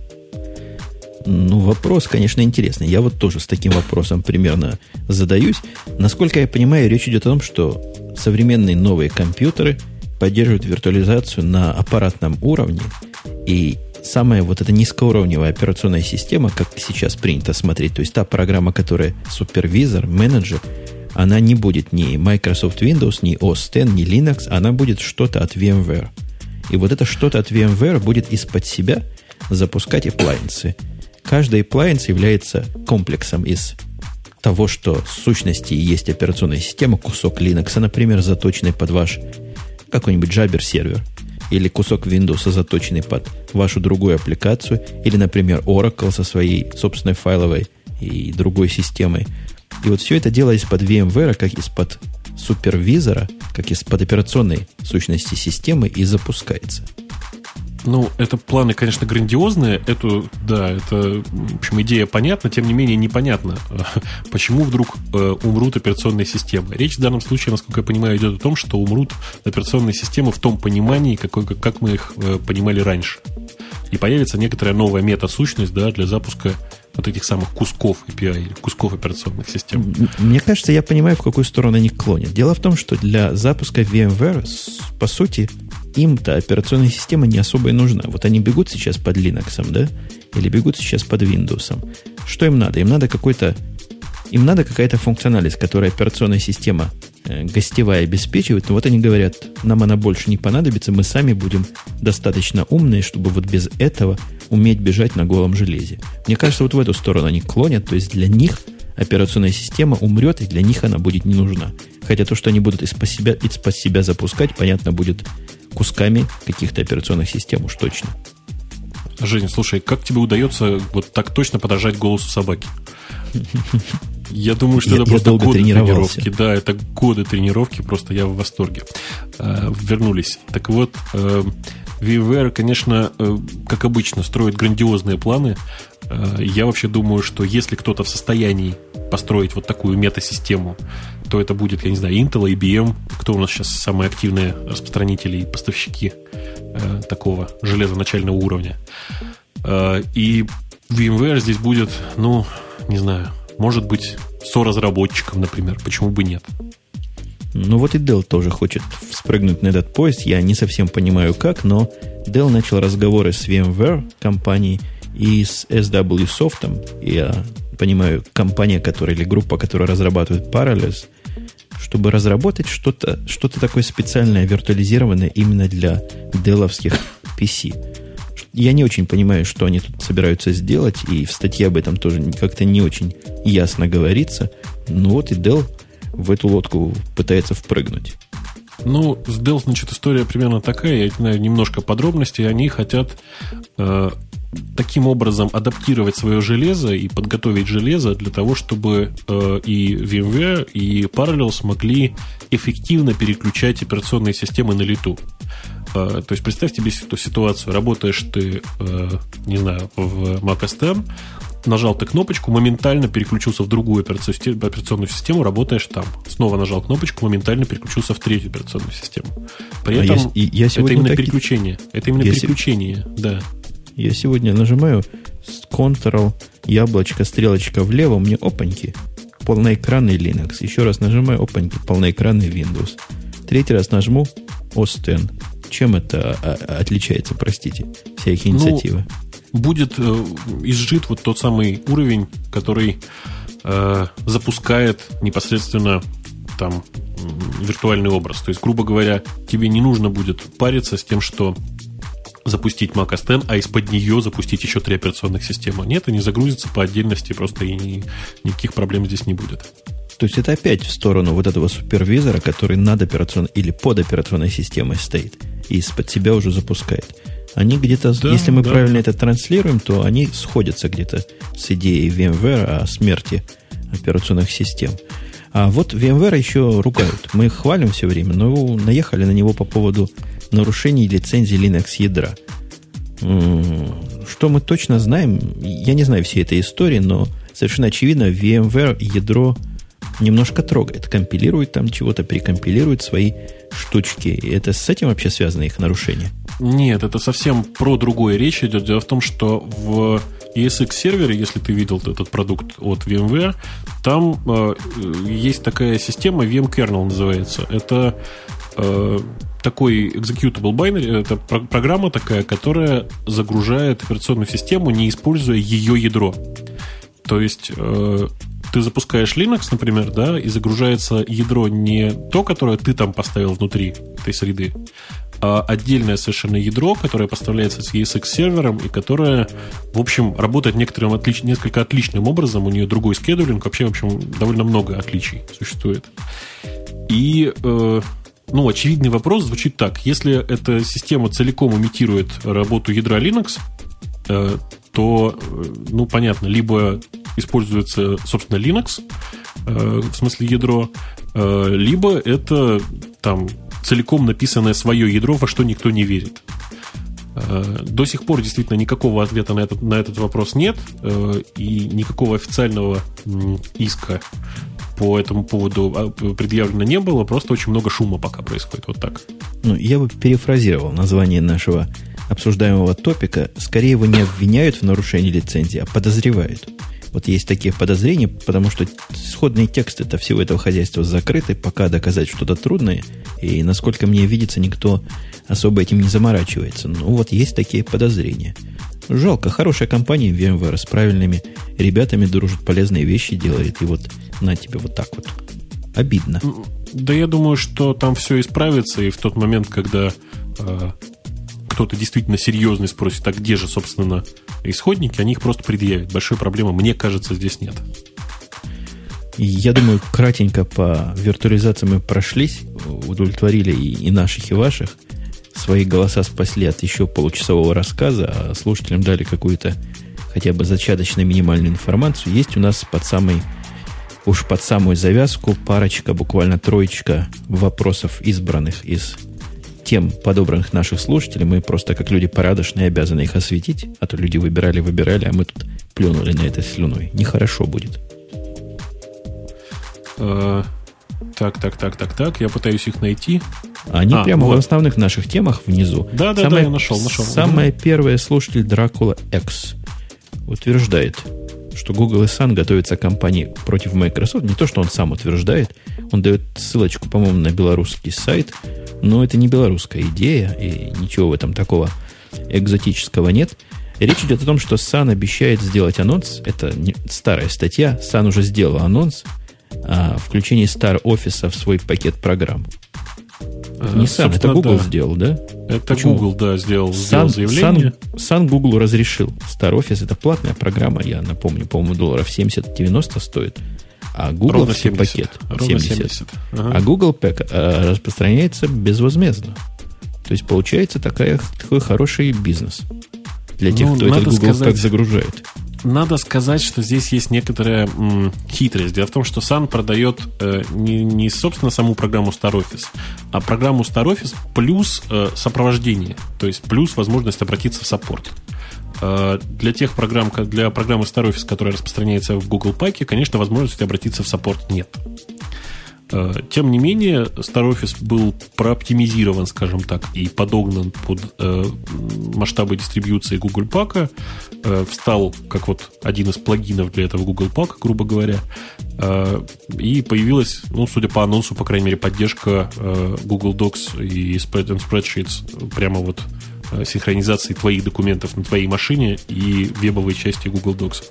Ну, вопрос, конечно, интересный. Я вот тоже с таким вопросом примерно задаюсь. Насколько я понимаю, речь идет о том, что современные новые компьютеры поддерживают виртуализацию на аппаратном уровне, и самая вот эта низкоуровневая операционная система, как сейчас принято смотреть, то есть та программа, которая супервизор, менеджер, она не будет ни Microsoft Windows, ни OS X, ни Linux, она будет что-то от VMware. И вот это что-то от VMware будет из-под себя запускать appliances. Каждый appliance является комплексом из того, что в сущности есть операционная система, кусок Linux, например, заточенный под ваш какой-нибудь Jabber сервер, или кусок Windows, заточенный под вашу другую аппликацию, или, например, Oracle со своей собственной файловой и другой системой. И вот все это дело из-под VMware, как из-под супервизора, как из-под операционной сущности системы и запускается. Ну, это планы, конечно, грандиозные. Это, в общем, идея понятна, тем не менее непонятно, почему вдруг умрут операционные системы. Речь в данном случае, насколько я понимаю, идет о том, что умрут операционные системы в том понимании, как мы их понимали раньше. И появится некоторая новая мета-сущность, да, для запуска вот этих самых кусков API, кусков операционных систем. Мне кажется, я понимаю, в какую сторону они клонят. Дело в том, что для запуска VMware, по сути, им-то операционная система не особо и нужна. Вот они бегут сейчас под Linux, да? Или бегут сейчас под Windows. Что им надо? Им надо какая-то функциональность, которую операционная система гостевая обеспечивает. Но вот они говорят, нам она больше не понадобится, мы сами будем достаточно умные, чтобы вот без этого уметь бежать на голом железе. Мне кажется, вот в эту сторону они клонят. То есть для них операционная система умрет, и для них она будет не нужна. Хотя то, что они будут из-под себя запускать, понятно, будет кусками каких-то операционных систем уж точно. Женя, слушай, как тебе удается вот так точно подражать голосу собаки? Я думаю, что это просто годы тренировки. Да, это годы тренировки, просто я в восторге. Вернулись. Так вот, VMware, конечно, как обычно, строит грандиозные планы. Я вообще думаю, что если кто-то в состоянии построить вот такую мета-систему, то это будет, я не знаю, Intel, IBM. Кто у нас сейчас самые активные распространители и поставщики такого железа начального уровня. И VMware здесь будет, ну, не знаю, может быть, соразработчиком, например. Почему бы нет? Ну, вот и Dell тоже хочет спрыгнуть на этот поезд. Я не совсем понимаю, как, но Dell начал разговоры с VMware компанией и с SW Soft. Я понимаю, компания, которая или группа, которая разрабатывает Parallels, чтобы разработать что-то такое специальное, виртуализированное именно для Dell-овских PC. Я не очень понимаю, что они тут собираются сделать, и в статье об этом тоже как-то не очень ясно говорится. Ну вот и Dell в эту лодку пытается впрыгнуть. Ну, с Dell, значит, история примерно такая. Я знаю немножко подробностей. Они хотят таким образом адаптировать свое железо и подготовить железо для того, чтобы и VMware, и Parallels могли эффективно переключать операционные системы на лету. То есть представь себе эту ситуацию. Работаешь ты, не знаю, в Mac OS X, нажал ты кнопочку, моментально переключился в другую операционную систему, работаешь там. Снова нажал кнопочку, моментально переключился в третью операционную систему. При этом это именно переключение. Это именно переключение, да. Я сегодня нажимаю Ctrl, яблочко, стрелочка влево, мне опаньки, полноэкранный Linux. Еще раз нажимаю, опаньки, полноэкранный Windows. Третий раз нажму OS X. Чем это отличается, простите, вся их инициатива? Будет изжит вот тот самый уровень, который запускает непосредственно там виртуальный образ. То есть, грубо говоря, тебе не нужно будет париться с тем, что запустить Mac OS X, а из-под нее запустить еще 3 операционных системы. Нет, они загрузятся по отдельности, просто и никаких проблем здесь не будет. То есть это опять в сторону вот этого супервизора, который над операционной или под операционной системой стоит и из-под себя уже запускает. Они где-то, да, если мы правильно это транслируем, то они сходятся где-то с идеей VMware о смерти операционных систем. А вот VMware еще ругают. Мы их хвалим все время, но наехали на него по поводу нарушений лицензии Linux ядра. Что мы точно знаем, я не знаю всей этой истории, но совершенно очевидно, VMware ядро немножко трогает, компилирует там чего-то, перекомпилирует свои штучки. И это с этим вообще связано их нарушение? Нет, это совсем про другое речь идет. Дело в том, что в ESX сервере, если ты видел этот продукт от VMware, там есть такая система, vmkernel называется. Это такой executable binary, это программа такая, которая загружает операционную систему, не используя ее ядро. То есть ты запускаешь Linux, например, да, и загружается ядро не то, которое ты там поставил внутри этой среды, а отдельное совершенно ядро, которое поставляется с ESX сервером и которое, в общем, работает несколько отличным образом. У нее другой скедулинг, вообще, в общем, довольно много отличий существует. И очевидный вопрос звучит так. Если эта система целиком имитирует работу ядра Linux, то, понятно, либо используется, собственно, Linux, в смысле ядро, либо это там целиком написанное свое ядро, во что никто не верит. До сих пор действительно никакого ответа на этот вопрос нет, и никакого официального иска по этому поводу предъявлено не было, просто очень много шума пока происходит, вот так. Я бы перефразировал название нашего обсуждаемого топика. Скорее его не обвиняют в нарушении лицензии, а подозревают. Вот есть такие подозрения, потому что исходные тексты-то всего этого хозяйства закрыты, пока доказать что-то трудное, и, насколько мне видится, никто особо этим не заморачивается. Вот есть такие подозрения. Жалко, хорошая компания VMware с правильными ребятами дружит, полезные вещи делает, и вот на тебе вот так вот. Обидно. Да я думаю, что там все исправится, и в тот момент, когда кто-то действительно серьезный спросит, а где же, собственно, исходники, они их просто предъявят. Большой проблемы, мне кажется, здесь нет. Я думаю, кратенько по виртуализации мы прошлись, удовлетворили и наших, и ваших. Свои голоса спасли от еще получасового рассказа, а слушателям дали какую-то хотя бы зачаточную минимальную информацию. Есть у нас под самую завязку парочка, буквально троечка вопросов, избранных из тем подобранных наших слушателей. Мы просто, как люди порядочные, обязаны их осветить, а то люди выбирали, а мы тут плюнули на это слюной. Нехорошо будет. Так. Я пытаюсь их найти. Они прямо в основных наших темах внизу. Да, я нашел. Самое первое, слушатель Dracula X утверждает, что Google и Sun готовятся к кампании против Microsoft. Не то, что он сам утверждает. Он дает ссылочку, по-моему, на белорусский сайт. Но это не белорусская идея, и ничего в этом такого экзотического нет. Речь идет о том, что Sun обещает сделать анонс. Это старая статья. Sun уже сделал анонс о включении Star Office в свой пакет программ. Не Sun, это Google сделал, да? Это почему? Google, да, сделал заявление. Sun Google разрешил. Star Office — это платная программа, я напомню, по-моему, $70-90 стоит. А гугловский пакет 70. Ага. А Google Pack распространяется безвозмездно. То есть получается такой хороший бизнес для тех, кто этот Google Pack загружает. Надо сказать, что здесь есть некоторая хитрость. Дело в том, что Sun продает не собственно саму программу StarOffice, а программу StarOffice плюс сопровождение, то есть плюс возможность обратиться в саппорт. Для тех программ, для программы StarOffice, которая распространяется в Google Pack, конечно, возможности обратиться в саппорт нет. Тем не менее, StarOffice был прооптимизирован, скажем так, и подогнан под масштабы дистрибьюции Google Pack, встал как вот один из плагинов для этого Google Pack, грубо говоря, и появилась, судя по анонсу, по крайней мере, поддержка Google Docs и Spreadsheets, прямо вот синхронизации твоих документов на твоей машине и вебовой части Google Docs.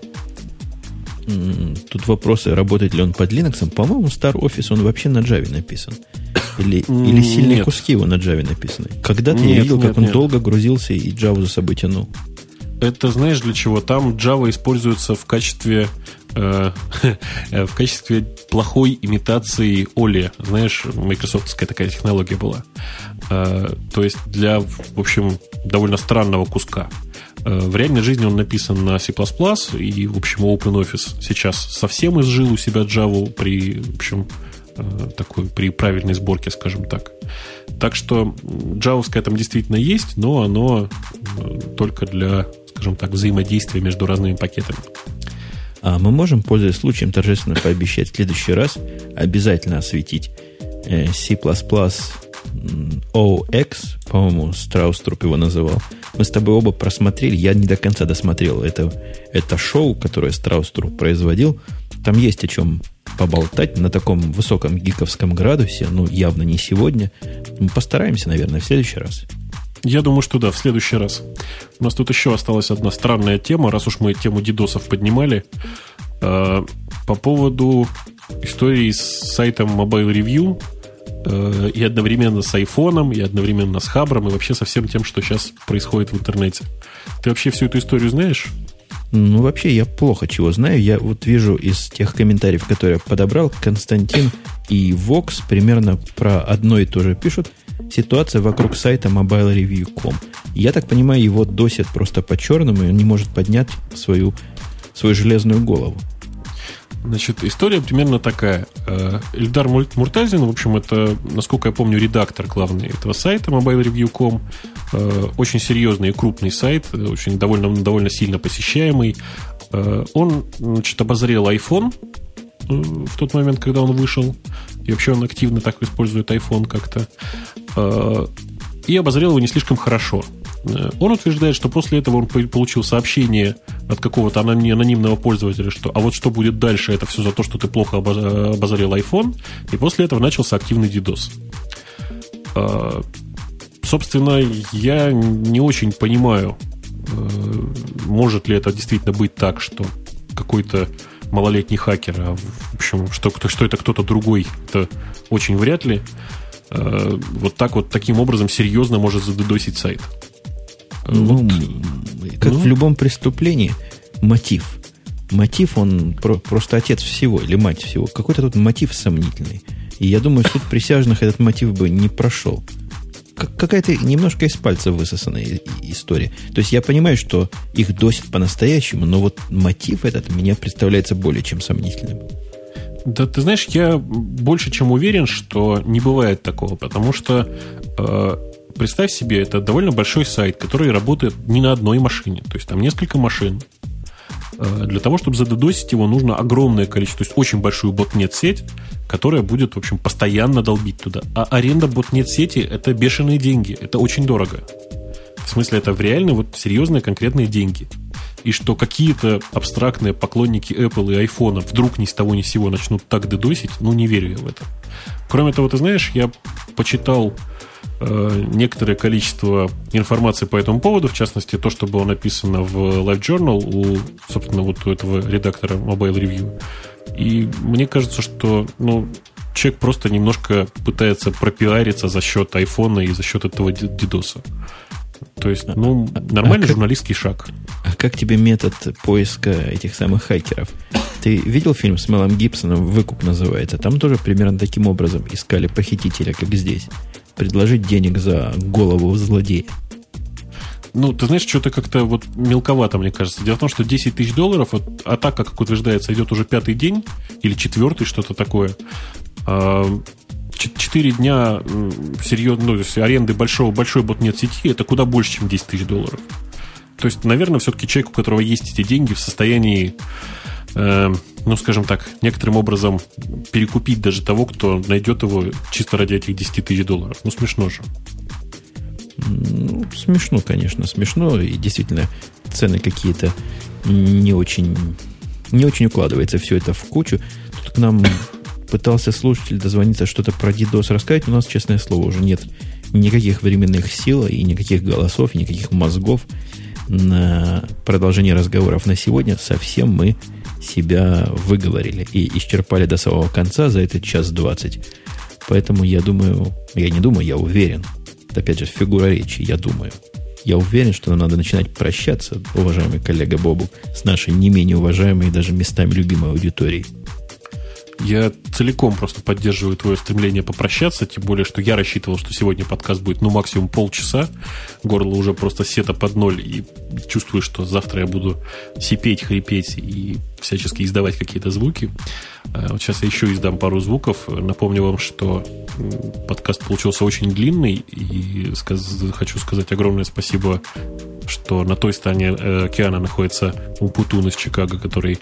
Тут вопросы, работает ли он под Linux. По-моему, StarOffice, он вообще на Java написан. Или сильные куски его на Java написаны. Когда-то я видел, как он долго грузился и Java за собой тянул. Это знаешь для чего? Там Java используется в качестве плохой имитации Оли. Знаешь, майкрософтская такая технология была. То есть для, в общем, довольно странного куска. В реальной жизни он написан на C++, и, в общем, OpenOffice сейчас совсем изжил у себя Java при, в общем, при правильной сборке, скажем так. Так что джавовское там действительно есть, но оно только для, скажем так, взаимодействия между разными пакетами. А мы можем, пользуясь случаем, торжественно пообещать в следующий раз обязательно осветить C++ OX, по-моему, Страуструп его называл. Мы с тобой оба просмотрели, я не до конца досмотрел это шоу, которое Страуструп производил. Там есть о чем поболтать на таком высоком гиковском градусе, явно не сегодня. Мы постараемся, наверное, в следующий раз. Я думаю, что да, в следующий раз. У нас тут еще осталась одна странная тема, раз уж мы тему дидосов поднимали. По поводу истории с сайтом Mobile Review, и одновременно с айфоном, и одновременно с Хабром, и вообще со всем тем, что сейчас происходит в интернете. Ты вообще всю эту историю знаешь? Вообще я плохо чего знаю. Я вот вижу из тех комментариев, которые я подобрал, Константин и Vox примерно про одно и то же пишут. Ситуация вокруг сайта mobilereview.com. Я так понимаю, его досят просто по-черному, и он не может поднять свою железную голову. Значит, история примерно такая. Эльдар Муртазин, в общем, это, насколько я помню, редактор главный этого сайта mobilereview.com. Очень серьезный и крупный сайт, очень довольно сильно посещаемый. Он, обозрел iPhone в тот момент, когда он вышел. И вообще он активно так использует iPhone как-то. И обозрел его не слишком хорошо. Он утверждает, что после этого он получил сообщение от какого-то анонимного пользователя, что «а вот что будет дальше, это все за то, что ты плохо обозрел iPhone», и после этого начался активный DDoS. Собственно, я не очень понимаю, может ли это действительно быть так, что какой-то малолетний хакер, а в общем, что это кто-то другой, это очень вряд ли, таким образом серьезно может задедосить сайт. Как в любом преступлении, мотив. Мотив, он просто отец всего, или мать всего. Какой-то тут мотив сомнительный. И я думаю, суд присяжных этот мотив бы не прошел. Какая-то немножко из пальца высосанная история. То есть я понимаю, что их досят по-настоящему, но вот мотив этот мне представляется более чем сомнительным. Да, ты знаешь, я больше чем уверен, что не бывает такого, потому что представь себе, это довольно большой сайт, который работает не на одной машине, то есть там несколько машин. Для того, чтобы задедосить его, нужно огромное количество, то есть очень большую ботнет-сеть, которая будет, в общем, постоянно долбить туда. А аренда ботнет-сети – это бешеные деньги, это очень дорого. В смысле, это реально вот серьезные конкретные деньги. И что какие-то абстрактные поклонники Apple и iPhone вдруг ни с того ни с сего начнут так дедосить, не верю я в это. Кроме того, ты знаешь, я почитал некоторое количество информации по этому поводу, в частности, то, что было написано в LiveJournal собственно, вот у этого редактора Mobile Review. И мне кажется, что человек просто немножко пытается пропиариться за счет айфона и за счет этого дидоса. То есть, нормальный журналистский шаг. А как тебе метод поиска этих самых хакеров? Ты видел фильм с Мелом Гибсоном «Выкуп» называется? Там тоже примерно таким образом искали похитителя, как здесь. Предложить денег за голову злодея. Ну, ты знаешь, что-то как-то вот мелковато, мне кажется. Дело в том, что $10 тысяч, вот, атака, как утверждается, идет уже 5-й день или 4-й, что-то такое. 4 дня серьезно, аренды большой ботнет сети, это куда больше, чем $10 тысяч. То есть, наверное, все-таки человек, у которого есть эти деньги, в состоянии, ну, скажем так, некоторым образом перекупить даже того, кто найдет его чисто ради этих $10 тысяч. Ну, смешно же. Ну, смешно, конечно, смешно. И действительно, цены какие-то не очень укладывается все это в кучу. Тут к нам пытался слушатель дозвониться, что-то про DDoS рассказать. У нас, честное слово, уже нет никаких временных сил и никаких голосов, и никаких мозгов на продолжение разговоров на сегодня. Совсем мы себя выговорили и исчерпали до самого конца за этот 1:20. Поэтому я уверен. Это, опять же, фигура речи, я думаю. Я уверен, что нам надо начинать прощаться, уважаемый коллега Бобук, с нашей не менее уважаемой и даже местами любимой аудиторией. Я целиком просто поддерживаю твое стремление попрощаться, тем более, что я рассчитывал, что сегодня подкаст будет, ну, максимум полчаса. Горло уже просто сето под ноль, и чувствую, что завтра я буду сипеть, хрипеть и всячески издавать какие-то звуки. Вот сейчас я еще издам пару звуков. Напомню вам, что подкаст получился очень длинный, и хочу сказать огромное спасибо, что на той стороне океана находится Умпутун из Чикаго, который...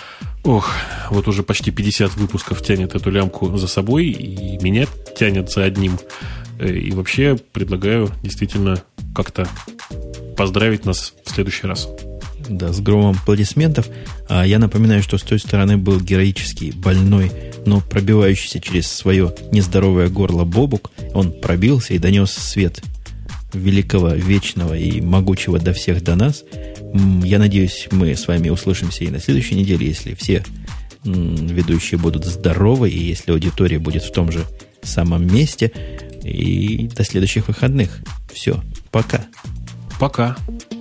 вот уже почти 50 выпусков тянет эту лямку за собой, и меня тянет за одним. И вообще предлагаю действительно как-то поздравить нас в следующий раз. Да, с громом аплодисментов. А я напоминаю, что с той стороны был героический, больной, но пробивающийся через свое нездоровое горло Бобук. Он пробился и донес свет великого, вечного и могучего до всех до нас. Я надеюсь, мы с вами услышимся и на следующей неделе, если все ведущие будут здоровы, и если аудитория будет в том же самом месте. И до следующих выходных. Все. Пока. Пока.